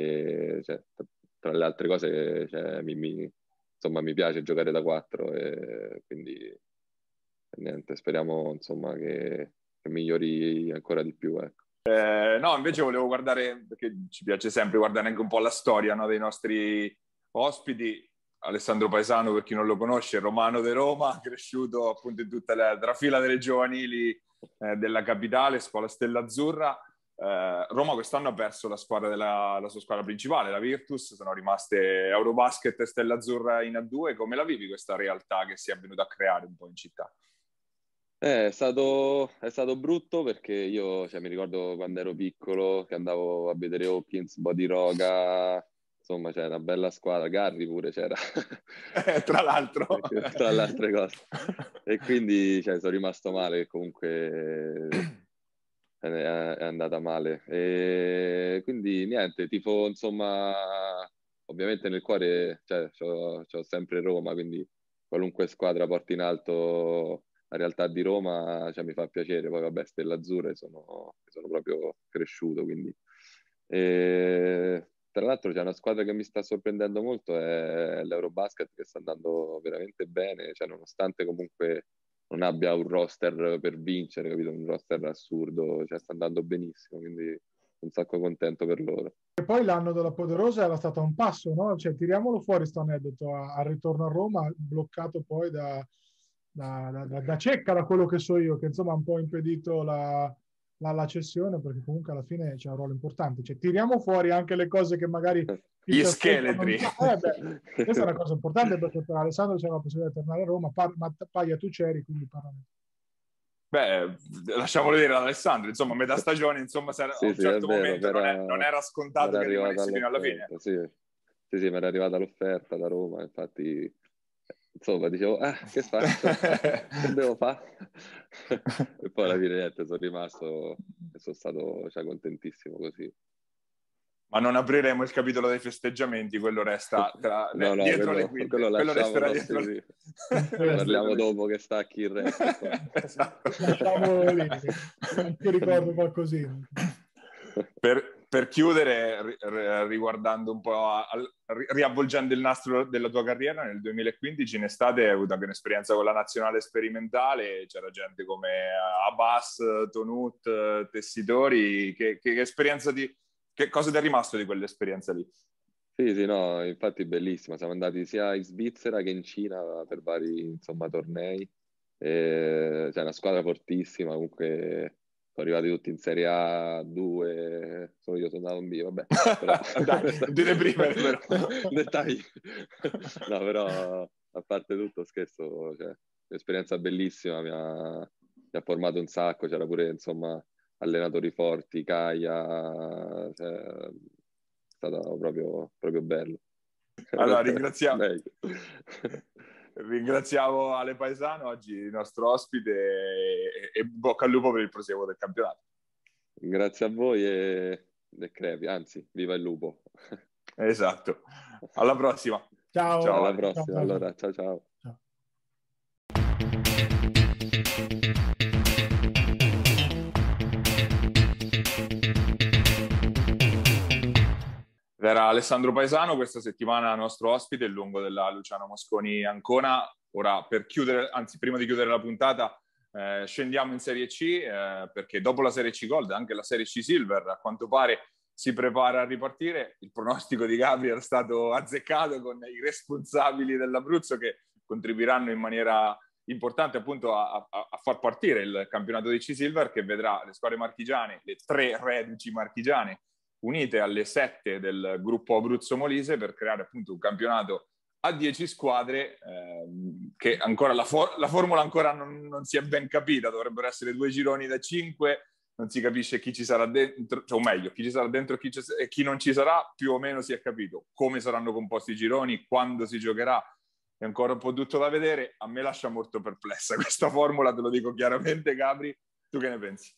E, cioè, tra le altre cose, cioè, mi, mi- insomma, mi piace giocare da quattro e quindi niente, speriamo insomma che, che migliori ancora di più, ecco. Eh, no, invece volevo guardare, perché ci piace sempre guardare anche un po' la storia, no, dei nostri ospiti. Alessandro Paesano, per chi non lo conosce, romano di Roma, cresciuto appunto in tutta la trafila delle giovanili eh, della capitale, scuola Stella Azzurra. Eh, Roma quest'anno ha perso la, squadra della, la sua squadra principale, la Virtus, sono rimaste Eurobasket e Stella Azzurra in A due. Come la vivi questa realtà che si è venuta a creare un po' in città? Eh, È stato, è stato brutto perché io cioè, mi ricordo quando ero piccolo che andavo a vedere Hawkins, Bodiroga, insomma c'era una bella squadra, Garri pure c'era, Eh, tra l'altro. tra le altre cose. E quindi cioè, sono rimasto male che comunque è, è andata male. E quindi niente, tifo insomma, ovviamente nel cuore, cioè, c'ho, c'ho sempre Roma, quindi qualunque squadra porti in alto la realtà di Roma, cioè, mi fa piacere. Poi vabbè, Stelle Azzurre sono, sono proprio cresciuto, quindi... E, tra l'altro c'è una squadra che mi sta sorprendendo molto, è l'Eurobasket, che sta andando veramente bene, cioè nonostante comunque non abbia un roster per vincere, capito? Un roster assurdo, cioè sta andando benissimo, quindi un sacco contento per loro. E poi l'anno della Poderosa era stato un passo, no? Cioè, tiriamolo fuori sto aneddoto, a- al ritorno a Roma, bloccato poi da, da, da- da- da Cecca, da quello che so io, che insomma ha un po' impedito la, la- la cessione, perché comunque alla fine c'è un ruolo importante. Cioè, tiriamo fuori anche le cose che magari chi Gli ci ascolta non scheletri. sa. Eh, beh, questa è una cosa importante, perché per Alessandro c'è la possibilità di tornare a Roma, Par- ma Paglia tu c'eri, quindi parlane. Beh, lasciamolo dire ad Alessandro, insomma, metà stagione, insomma, a Sì, un sì, è certo vero, momento non, è- non era, era mi scontato era che arrivata rimanessi fino alla fine. l'offerta, sì. Sì, sì, mi era arrivata l'offerta da Roma, infatti, insomma, dicevo, ah, che faccio? Che devo fare? E poi alla fine, niente, sono rimasto e sono stato, cioè, contentissimo così. Ma non apriremo il capitolo dei festeggiamenti, quello resta tra, No, no, dietro le quello, quinte. quello Quello resterà lasciamolo, dietro, sì, le... sì. Parliamo dopo che stacchi il resto qua. Esatto. Lasciamolo lì, anche ricordo qualcosina. Per, per chiudere, ri- ri- riguardando un po', a- al- ri- riavvolgendo il nastro della tua carriera, nel duemilaquindici in estate hai avuto anche un'esperienza con la nazionale sperimentale, c'era gente come Abbas, Tonut, Tessitori, che, che esperienza di... Che cosa ti è rimasto di quell'esperienza lì? Sì, sì, no, infatti bellissima. Siamo andati sia in Svizzera che in Cina per vari, insomma, tornei. E, cioè, una squadra fortissima, comunque sono arrivati tutti in Serie A due, solo io sono andato in B, vabbè. Però... Dai, non ti deprimere però. Dettagli. No, però, a parte tutto, scherzo, cioè, un'esperienza bellissima, mi ha, mi ha formato un sacco, c'era pure, insomma, allenatori forti, Caia, cioè, è stato proprio, proprio bello. Allora, ringraziamo, Meglio. ringraziamo Ale Paesano, oggi il nostro ospite, e, e bocca al lupo per il proseguo del campionato. Grazie a voi e, e crepi, anzi, viva il lupo. Esatto. Alla prossima. Ciao. Ciao, Alla Ale. prossima, Ciao. allora, ciao ciao. Ciao. Era Alessandro Paesano questa settimana nostro ospite, il lungo della Luciano Mosconi Ancona. Ora, per chiudere, anzi, prima di chiudere la puntata, eh, scendiamo in Serie C, eh, perché dopo la Serie C Gold, anche la Serie C Silver, a quanto pare, si prepara a ripartire. Il pronostico di Gabriel è stato azzeccato con i responsabili dell'Abruzzo che contribuiranno in maniera importante appunto a, a, a far partire il campionato di C Silver, che vedrà le squadre marchigiane, le tre reduci marchigiane, unite alle sette del gruppo Abruzzo Molise per creare appunto un campionato a dieci squadre, ehm, che ancora la, for- la formula ancora non, non si è ben capita, dovrebbero essere due gironi da cinque, non si capisce chi ci sarà dentro, cioè, o meglio, chi ci sarà dentro e chi, ci, e chi non ci sarà, più o meno si è capito come saranno composti i gironi, quando si giocherà, è ancora un po' tutto da vedere. A me lascia molto perplessa questa formula, te lo dico chiaramente. Gabri, tu che ne pensi?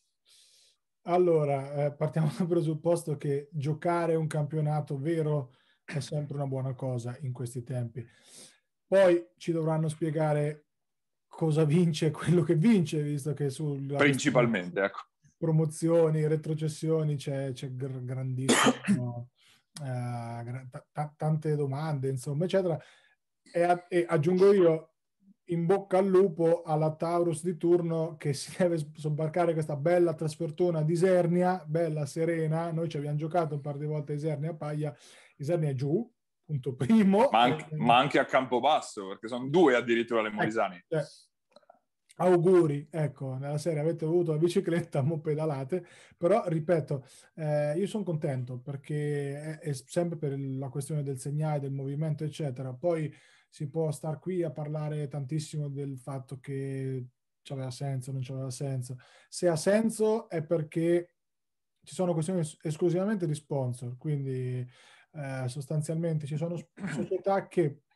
Allora, eh, partiamo dal presupposto che giocare un campionato vero è sempre una buona cosa in questi tempi. Poi ci dovranno spiegare cosa vince quello che vince, visto che sulla Principalmente, ecco. Promozioni, retrocessioni c'è, c'è gr- grandissimo, eh, gra- t- tante domande, insomma, eccetera. E, a- e aggiungo io, in bocca al lupo alla Taurus di turno, che si deve sobbarcare questa bella trasfertona di Isernia, bella serena. Noi ci abbiamo giocato un par di volte a Isernia, Paglia. Isernia è giù, punto primo. Ma anche, eh, ma anche a Campobasso, perché sono due addirittura le molisane. Eh, auguri, ecco, nella serie avete avuto la bicicletta, mo pedalate, però ripeto, eh, io sono contento perché è, è sempre per la questione del segnale, del movimento, eccetera. Poi si può star qui a parlare tantissimo del fatto che c'aveva senso, non c'aveva senso. Se ha senso è perché ci sono questioni es- esclusivamente di sponsor, quindi eh, sostanzialmente ci sono società che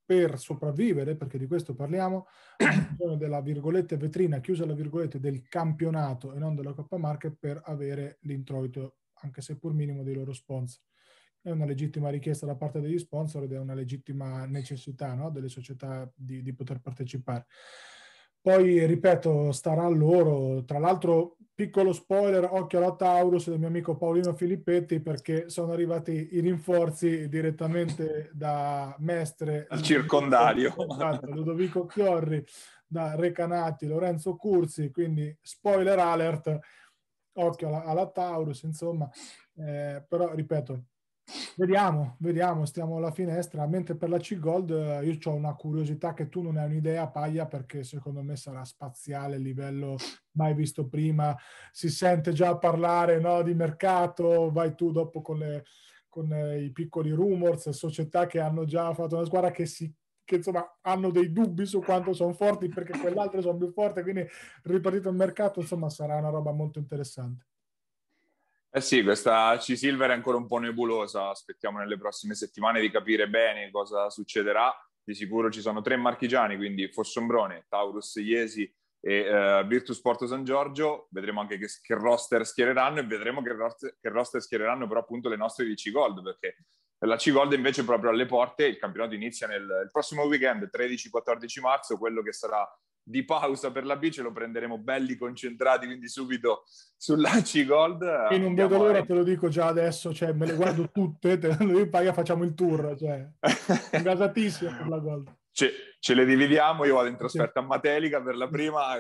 per sopravvivere, perché di questo parliamo, hanno bisogno della virgolette vetrina, chiusa la virgolette, del campionato e non della Coppa Marche per avere l'introito, anche se pur minimo, dei loro sponsor. È una legittima richiesta da parte degli sponsor ed è una legittima necessità, no? Delle società di, di poter partecipare. Poi, ripeto, starà a loro. Tra l'altro, piccolo spoiler, occhio alla Taurus del mio amico Paolino Filippetti, perché sono arrivati i rinforzi direttamente da Mestre, al circondario. Esatto, Ludovico Chiorri, da Recanati, Lorenzo Curzi, quindi spoiler alert, occhio alla, alla Taurus, insomma. Eh, però, ripeto, Vediamo, vediamo, stiamo alla finestra, mentre per la C-Gold eh, io ho una curiosità che tu non hai un'idea, Paglia, perché secondo me sarà spaziale, livello mai visto prima, si sente già parlare, no, di mercato, vai tu dopo con, le, con eh, i piccoli rumors, società che hanno già fatto una squadra che, si, che insomma hanno dei dubbi su quanto sono forti perché quell'altro sono più forti, quindi ripartito il mercato, insomma sarà una roba molto interessante. Eh sì, questa C-Silver è ancora un po' nebulosa, aspettiamo nelle prossime settimane di capire bene cosa succederà. Di sicuro ci sono tre marchigiani, quindi Fossombrone, Taurus Iesi e uh, Virtus Porto San Giorgio. Vedremo anche che, che roster schiereranno e vedremo che roster, che roster schiereranno però appunto le nostre di C-Gold, perché la C-Gold invece è proprio alle porte, il campionato inizia nel il prossimo weekend, tredici quattordici marzo, quello che sarà di pausa per la B ce lo prenderemo belli concentrati, quindi subito sulla C-Gold. E non vedo l'ora, te lo dico già adesso, cioè me le guardo tutte, te lo dico, facciamo il tour, cioè gasatissimo per la Gold. Ce, ce le dividiamo, io vado in trasferta a Matelica per la prima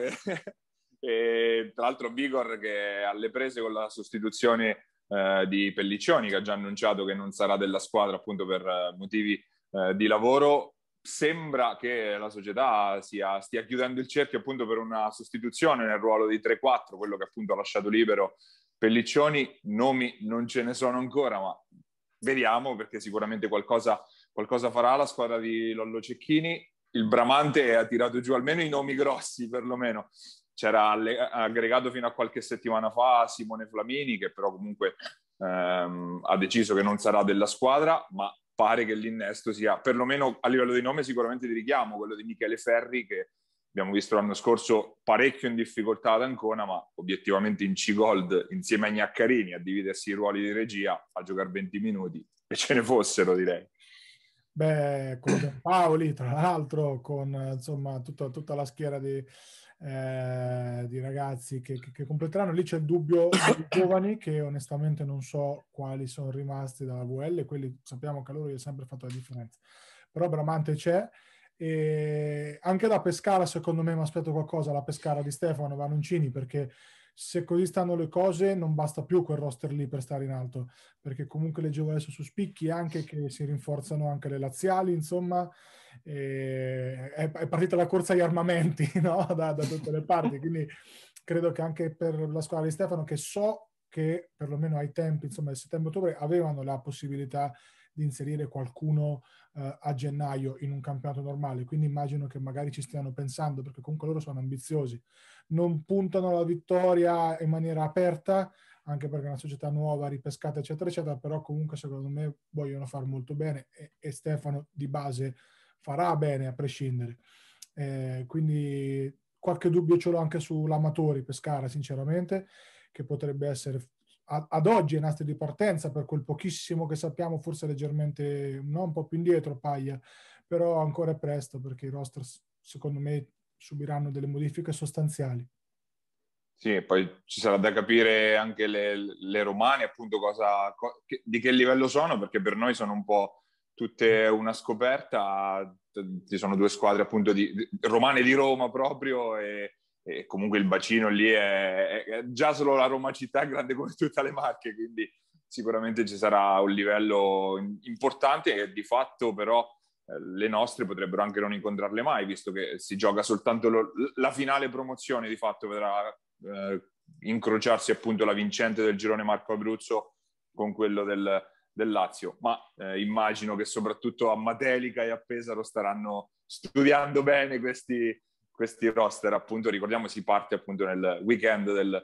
e tra l'altro Vigor che è alle prese con la sostituzione eh, di Pelliccioni, che ha già annunciato che non sarà della squadra appunto per eh, motivi eh, di lavoro. Sembra che la società sia, stia chiudendo il cerchio appunto per una sostituzione nel ruolo di tre quattro, quello che appunto ha lasciato libero Pelliccioni. Nomi non ce ne sono ancora, ma vediamo, perché sicuramente qualcosa, qualcosa farà la squadra di Lollo Cecchini. Il Bramante ha tirato giù almeno i nomi grossi, perlomeno. C'era aggregato fino a qualche settimana fa Simone Flamini, che però comunque ehm, ha deciso che non sarà della squadra, ma pare che l'innesto sia, perlomeno a livello di nome, sicuramente di richiamo, quello di Michele Ferri, che abbiamo visto l'anno scorso parecchio in difficoltà ad Ancona, ma obiettivamente in C-Gold, insieme a Gnaccarini, a dividersi i ruoli di regia, a giocare venti minuti, e ce ne fossero, direi. Beh, con Paoli, tra l'altro, con insomma tutta, tutta la schiera di, eh, di ragazzi che, che, che completeranno. Lì c'è il dubbio dei giovani, che onestamente non so quali sono rimasti dalla V L, quelli sappiamo che a loro gli ha sempre fatto la differenza. Però Bramante c'è, e anche da Pescara secondo me mi aspetto qualcosa, la Pescara di Stefano Vannoncini, perché se così stanno le cose non basta più quel roster lì per stare in alto, perché comunque leggevo adesso su Spicchi anche che si rinforzano anche le laziali, insomma, e è, è partita la corsa agli armamenti, no? da, da tutte le parti, quindi credo che anche per la squadra di Stefano, che so che perlomeno ai tempi, insomma, del settembre-ottobre avevano la possibilità di inserire qualcuno uh, a gennaio in un campionato normale, quindi immagino che magari ci stiano pensando, perché comunque loro sono ambiziosi, non puntano alla vittoria in maniera aperta, anche perché è una società nuova, ripescata eccetera eccetera, però comunque secondo me vogliono far molto bene e, e Stefano di base farà bene a prescindere, eh, quindi qualche dubbio ce l'ho anche sull'Amatori Pescara sinceramente, che potrebbe essere ad oggi è nastro di partenza, per quel pochissimo che sappiamo, forse leggermente no, un po' più indietro Paglia, però ancora è presto, perché i roster secondo me subiranno delle modifiche sostanziali. Sì, e poi ci sarà da capire anche le, le romane, appunto, cosa, co, che, di che livello sono, perché per noi sono un po' tutte una scoperta. Ci sono due squadre appunto di, di romane di Roma proprio, e, e comunque il bacino lì è, è già solo la Roma città è grande come tutte le Marche, quindi sicuramente ci sarà un livello importante e di fatto però eh, le nostre potrebbero anche non incontrarle mai, visto che si gioca soltanto lo, la finale promozione, di fatto vedrà eh, incrociarsi appunto la vincente del girone Marco Abruzzo con quello del, del Lazio, ma eh, immagino che soprattutto a Matelica e a Pesaro staranno studiando bene questi questi roster, appunto. Ricordiamo, si parte appunto nel weekend del,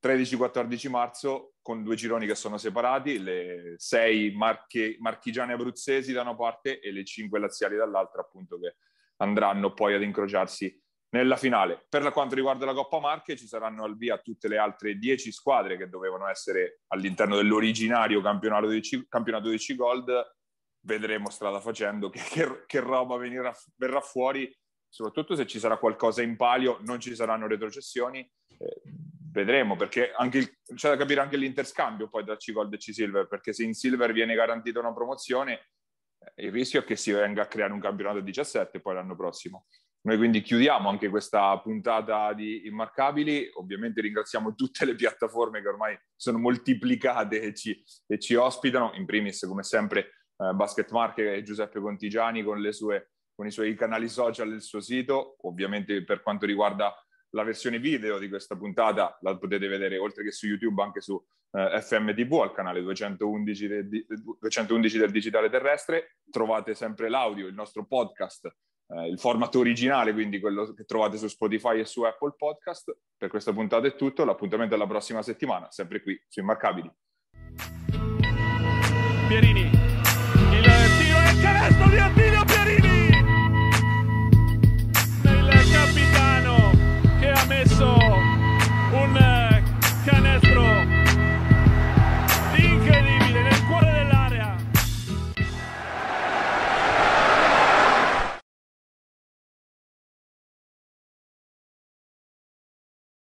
tredici quattordici marzo, con due gironi che sono separati, le sei marche, marchigiane abruzzesi da una parte e le cinque laziali dall'altra, appunto, che andranno poi ad incrociarsi nella finale. Per quanto riguarda la Coppa Marche, ci saranno al via tutte le altre dieci squadre che dovevano essere all'interno dell'originario campionato di C, campionato di C-Gold. Vedremo strada facendo che, che, che roba venirà, verrà fuori, soprattutto se ci sarà qualcosa in palio, non ci saranno retrocessioni. Eh, vedremo, perché anche il, c'è da capire anche l'interscambio poi tra C-Gold e C-Silver, perché se in Silver viene garantita una promozione, eh, il rischio è che si venga a creare un campionato diciassette poi l'anno prossimo. Noi quindi chiudiamo anche questa puntata di Immarcabili. Ovviamente ringraziamo tutte le piattaforme che ormai sono moltiplicate e ci, e ci ospitano, in primis come sempre eh, Basket Marche e Giuseppe Contigiani con, le sue, con i suoi canali social e il suo sito. Ovviamente per quanto riguarda la versione video di questa puntata la potete vedere oltre che su YouTube anche su eh, F M T V al canale duecentoundici del, duecentoundici del Digitale Terrestre. Trovate sempre l'audio, il nostro podcast, eh, il formato originale, quindi quello che trovate su Spotify e su Apple Podcast. Per questa puntata è tutto, l'appuntamento è la prossima settimana, sempre qui su Immarcabili. Pierini